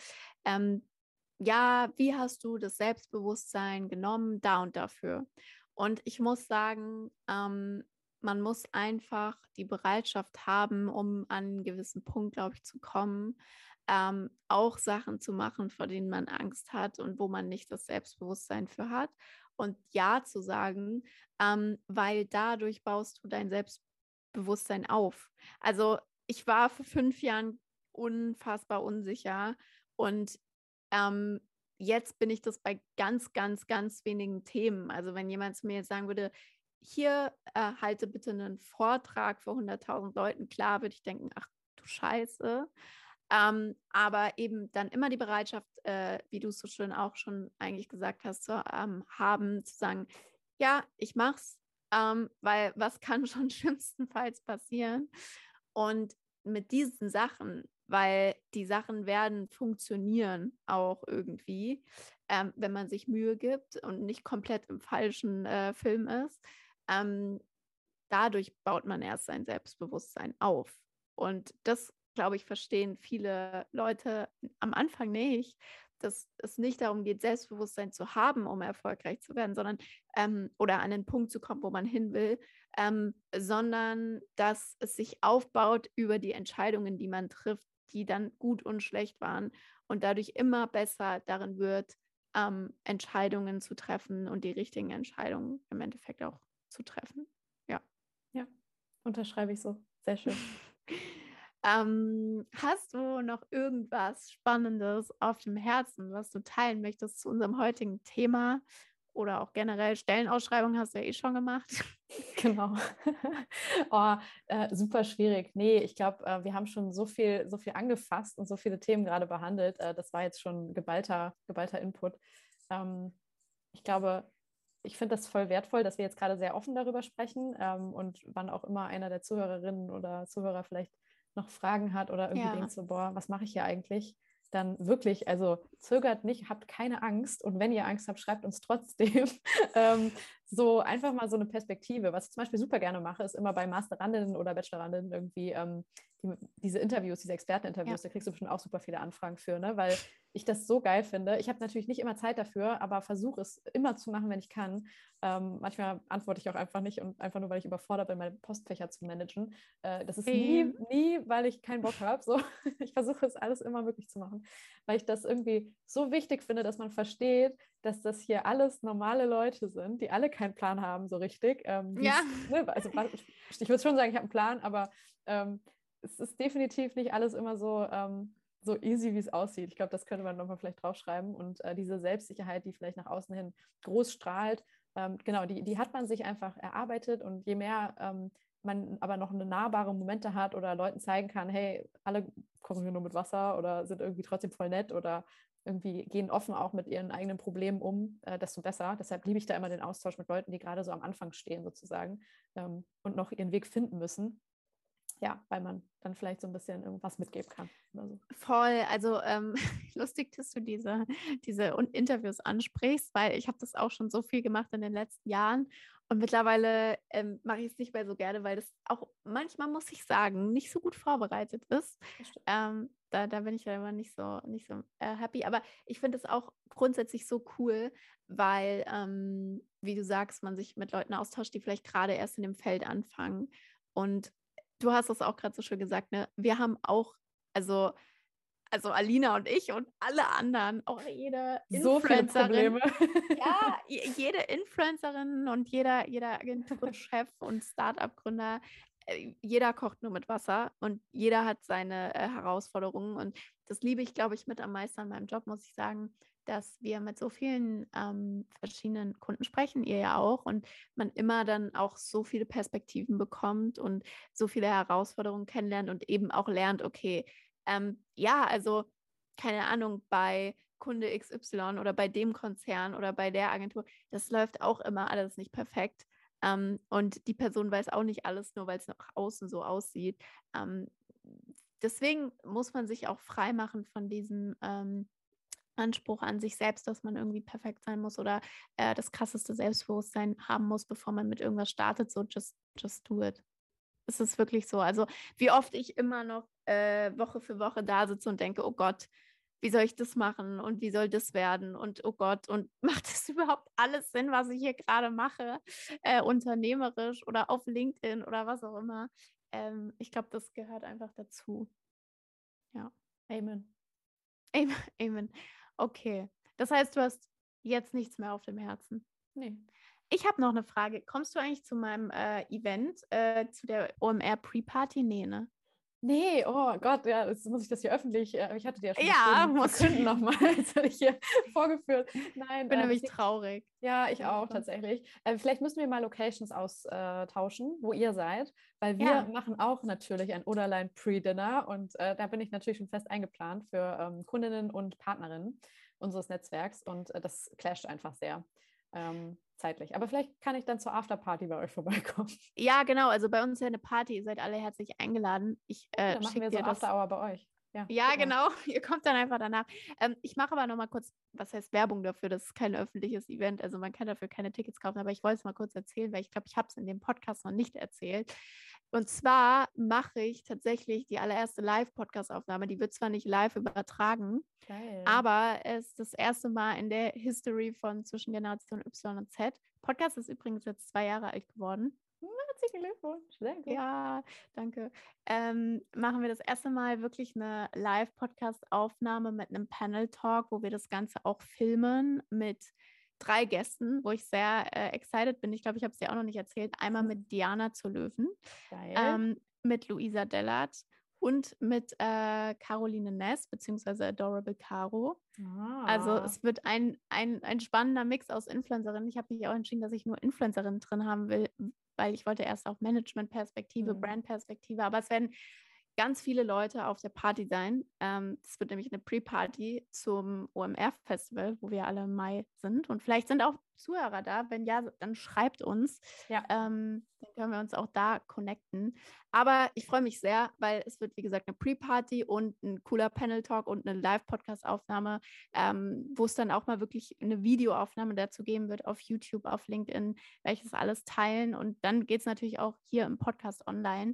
Ja, wie hast du das Selbstbewusstsein genommen, da und dafür? Und ich muss sagen, man muss einfach die Bereitschaft haben, um an einen gewissen Punkt, glaube ich, zu kommen, auch Sachen zu machen, vor denen man Angst hat und wo man nicht das Selbstbewusstsein für hat. Und ja zu sagen, weil dadurch baust du dein Selbstbewusstsein auf. Also ich war vor 5 Jahren unfassbar unsicher und jetzt bin ich das bei ganz, ganz, ganz wenigen Themen. Also wenn jemand zu mir jetzt sagen würde, hier halte bitte einen Vortrag vor 100.000 Leuten, klar würde ich denken, ach du Scheiße. Aber eben dann immer die Bereitschaft, wie du es so schön auch schon eigentlich gesagt hast, zu haben, zu sagen, ja, ich mach's, weil was kann schon schlimmstenfalls passieren? Und mit diesen Sachen, weil die Sachen werden funktionieren auch irgendwie, wenn man sich Mühe gibt und nicht komplett im falschen Film ist. Ähm, Dadurch baut man erst sein Selbstbewusstsein auf. Und das, glaube ich, verstehen viele Leute am Anfang nicht, dass es nicht darum geht, Selbstbewusstsein zu haben, um erfolgreich zu werden, sondern oder an den Punkt zu kommen, wo man hin will, sondern dass es sich aufbaut über die Entscheidungen, die man trifft, die dann gut und schlecht waren und dadurch immer besser darin wird, Entscheidungen zu treffen und die richtigen Entscheidungen im Endeffekt auch zu treffen. Ja. Ja, unterschreibe ich so. Sehr schön. Hast du noch irgendwas Spannendes auf dem Herzen, was du teilen möchtest zu unserem heutigen Thema oder auch generell Stellenausschreibung hast du ja eh schon gemacht? Genau. Oh, super schwierig. Nee, ich glaube, wir haben schon so viel angefasst und so viele Themen gerade behandelt. Das war jetzt schon geballter Input. Ich glaube, ich finde das voll wertvoll, dass wir jetzt gerade sehr offen darüber sprechen und wann auch immer einer der Zuhörerinnen oder Zuhörer vielleicht noch Fragen hat oder irgendwie denkt so, boah, was mache ich hier eigentlich? Dann wirklich, also zögert nicht, habt keine Angst und wenn ihr Angst habt, schreibt uns trotzdem. So einfach mal so eine Perspektive. Was ich zum Beispiel super gerne mache, ist immer bei Masterandinnen oder Bachelorandinnen irgendwie diese Interviews, diese Experteninterviews, da kriegst du bestimmt auch super viele Anfragen für, ne? Weil ich das so geil finde. Ich habe natürlich nicht immer Zeit dafür, aber versuche es immer zu machen, wenn ich kann. Manchmal antworte ich auch einfach nicht und einfach nur, weil ich überfordert bin, meine Postfächer zu managen. Das ist nie, weil ich keinen Bock habe. So. Ich versuche es alles immer möglich zu machen, weil ich das irgendwie so wichtig finde, dass man versteht, dass das hier alles normale Leute sind, die alle keinen Plan haben, so richtig. Ja. Also ich würde schon sagen, ich habe einen Plan, aber es ist definitiv nicht alles immer so easy, wie es aussieht. Ich glaube, das könnte man nochmal vielleicht draufschreiben. Und diese Selbstsicherheit, die vielleicht nach außen hin groß strahlt, genau, die hat man sich einfach erarbeitet. Und je mehr man aber noch eine nahbare Momente hat oder Leuten zeigen kann, hey, alle kochen hier nur mit Wasser oder sind irgendwie trotzdem voll nett oder irgendwie gehen offen auch mit ihren eigenen Problemen um, desto besser. Deshalb liebe ich da immer den Austausch mit Leuten, die gerade so am Anfang stehen sozusagen und noch ihren Weg finden müssen. Ja, weil man dann vielleicht so ein bisschen irgendwas mitgeben kann oder so. Voll, also lustig, dass du diese Interviews ansprichst, weil ich habe das auch schon so viel gemacht in den letzten Jahren und mittlerweile mache ich es nicht mehr so gerne, weil das auch manchmal, muss ich sagen, nicht so gut vorbereitet ist. Das stimmt. Da bin ich ja immer nicht so happy, aber ich finde es auch grundsätzlich so cool, weil, wie du sagst, man sich mit Leuten austauscht, die vielleicht gerade erst in dem Feld anfangen und du hast es auch gerade so schön gesagt, ne? Wir haben auch, also Alina und ich und alle anderen, auch jede So viele Influencerin, Probleme. ja, jede Influencerin und jeder Agenturchef und Startup-Gründer, jeder kocht nur mit Wasser und jeder hat seine Herausforderungen. Und das liebe ich, glaube ich, mit am meisten an meinem Job, muss ich sagen, dass wir mit so vielen verschiedenen Kunden sprechen, ihr ja auch, und man immer dann auch so viele Perspektiven bekommt und so viele Herausforderungen kennenlernt und eben auch lernt, okay, ja, also keine Ahnung, bei Kunde XY oder bei dem Konzern oder bei der Agentur, das läuft auch immer alles nicht perfekt. Und die Person weiß auch nicht alles, nur weil es nach außen so aussieht. Deswegen muss man sich auch frei machen von diesem Anspruch an sich selbst, dass man irgendwie perfekt sein muss oder das krasseste Selbstbewusstsein haben muss, bevor man mit irgendwas startet. So, just do it. Es ist wirklich so. Also, wie oft ich immer noch Woche für Woche da sitze und denke, oh Gott, wie soll ich das machen und wie soll das werden und oh Gott, und macht das überhaupt alles Sinn, was ich hier gerade mache, unternehmerisch oder auf LinkedIn oder was auch immer. Ich glaube, das gehört einfach dazu. Ja. Amen. Amen. Amen. Okay. Das heißt, du hast jetzt nichts mehr auf dem Herzen. Nee. Ich habe noch eine Frage. Kommst du eigentlich zu meinem Event, zu der OMR Pre-Party? Nee, ne? Nee, oh Gott, ja, jetzt muss ich das hier öffentlich, ich hatte dir ja schon Ja, geschrieben, muss verkünden nochmal, jetzt habe ich hier vorgeführt. Nein, Ich bin nämlich deswegen, traurig. ja, ich wenn du auch kommst. tatsächlich. Vielleicht müssen wir mal Locations austauschen, wo ihr seid, weil wir Ja, machen auch natürlich ein Oderlein Pre-Dinner und da bin ich natürlich schon fest eingeplant für Kundinnen und Partnerinnen unseres Netzwerks und das clasht einfach sehr zeitlich. Aber vielleicht kann ich dann zur Afterparty bei euch vorbeikommen. ja, genau. Also bei uns ist ja eine Party. Ihr seid alle herzlich eingeladen. Ich Ja, dann machen schicke wir so dir das. After Hour bei euch. Ja, Ja, super. genau. Ihr kommt dann einfach danach. Ich mache aber noch mal kurz, was heißt Werbung dafür? Das ist kein öffentliches Event. Also man kann dafür keine Tickets kaufen. Aber ich wollte es mal kurz erzählen, weil ich glaube, ich habe es in dem Podcast noch nicht erzählt. Und zwar mache ich tatsächlich die allererste Live-Podcast-Aufnahme. Die wird zwar nicht live übertragen, Geil. aber es ist das erste Mal in der History von zwischen Generation Y und Z. Podcast ist übrigens jetzt 2 Jahre alt geworden. Herzlichen Glückwunsch. Sehr gut. Ja, danke. Machen wir das erste Mal wirklich eine Live-Podcast-Aufnahme mit einem Panel-Talk, wo wir das Ganze auch filmen mit 3 Gästen, wo ich sehr excited bin. Ich glaube, ich habe es dir auch noch nicht erzählt. Einmal mit Diana zur Löwen, Geil. mit Luisa Dellert und mit Caroline Ness, beziehungsweise Adorable Caro. Also Ah. es wird ein spannender Mix aus Influencerinnen. Ich habe mich auch entschieden, dass ich nur Influencerinnen drin haben will, weil ich wollte erst auch Management-Perspektive, Brand-Perspektive, aber es werden ganz viele Leute auf der Party sein. Es wird nämlich eine Pre-Party zum OMR-Festival, wo wir alle im Mai sind. Und vielleicht sind auch Zuhörer da. Wenn ja, dann schreibt uns. Ja. Dann können wir uns auch da connecten. Aber ich freue mich sehr, weil es wird, wie gesagt, eine Pre-Party und ein cooler Panel-Talk und eine Live-Podcast-Aufnahme, wo es dann auch mal wirklich eine Videoaufnahme dazu geben wird auf YouTube, auf LinkedIn, welches alles teilen. Und dann geht es natürlich auch hier im Podcast online.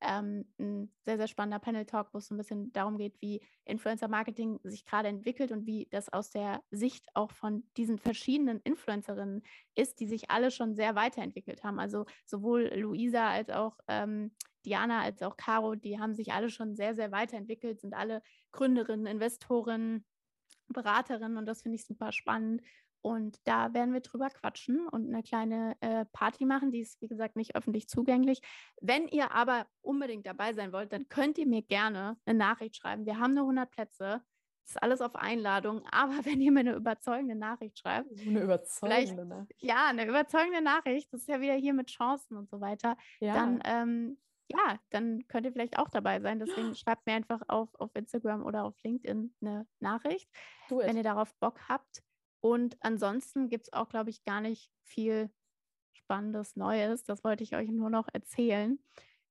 Ein sehr, sehr spannender Panel-Talk, wo es so ein bisschen darum geht, wie Influencer-Marketing sich gerade entwickelt und wie das aus der Sicht auch von diesen verschiedenen Influencerinnen ist, die sich alle schon sehr weiterentwickelt haben. Also sowohl Luisa als auch Diana als auch Caro, die haben sich alle schon sehr, sehr weiterentwickelt, sind alle Gründerinnen, Investorinnen, Beraterinnen und das finde ich super spannend. Und da werden wir drüber quatschen und eine kleine Party machen. Die ist, wie gesagt, nicht öffentlich zugänglich. Wenn ihr aber unbedingt dabei sein wollt, dann könnt ihr mir gerne eine Nachricht schreiben. Wir haben nur 100 Plätze. Das ist alles auf Einladung. Aber wenn ihr mir eine überzeugende Nachricht schreibt, So eine vielleicht, überzeugende Nachricht. ja, eine überzeugende Nachricht, das ist ja wieder hier mit Chancen und so weiter, Ja. dann ja, dann könnt ihr vielleicht auch dabei sein. Deswegen schreibt mir einfach auf Instagram oder auf LinkedIn eine Nachricht, Do it. wenn ihr darauf Bock habt. Und ansonsten gibt es auch, glaube ich, gar nicht viel Spannendes Neues. Das wollte ich euch nur noch erzählen.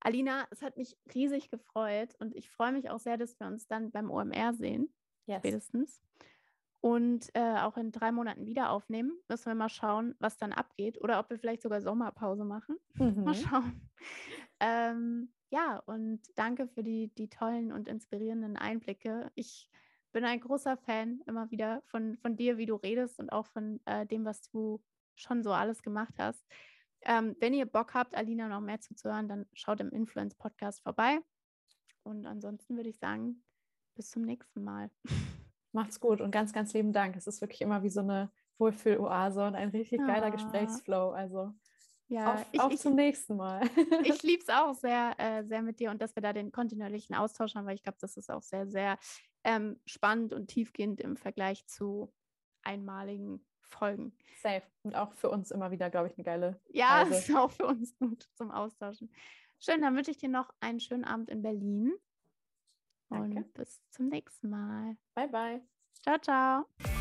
Alina, es hat mich riesig gefreut und ich freue mich auch sehr, dass wir uns dann beim OMR sehen, spätestens. Und auch in 3 Monaten wieder aufnehmen. Müssen wir mal schauen, was dann abgeht oder ob wir vielleicht sogar Sommerpause machen. Mal schauen. Ja, und danke für die tollen und inspirierenden Einblicke. Ich bin ein großer Fan immer wieder von dir, wie du redest und auch von dem, was du schon so alles gemacht hast. Wenn ihr Bock habt, Alina noch mehr zuzuhören, dann schaut im Influence-Podcast vorbei. Und ansonsten würde ich sagen, bis zum nächsten Mal. Macht's gut und ganz, ganz lieben Dank. Es ist wirklich immer wie so eine Wohlfühl-Oase und ein richtig geiler Gesprächsflow. Also ja, auf zum nächsten Mal. Ich liebe es auch sehr, sehr mit dir und dass wir da den kontinuierlichen Austausch haben, weil ich glaube, das ist auch sehr, sehr spannend und tiefgehend im Vergleich zu einmaligen Folgen. Safe. Und auch für uns immer wieder, glaube ich, eine geile Ja, Reise. ist auch für uns gut zum Austauschen. Schön, dann wünsche ich dir noch einen schönen Abend in Berlin. Danke. Und bis zum nächsten Mal. Bye, bye. Ciao, ciao.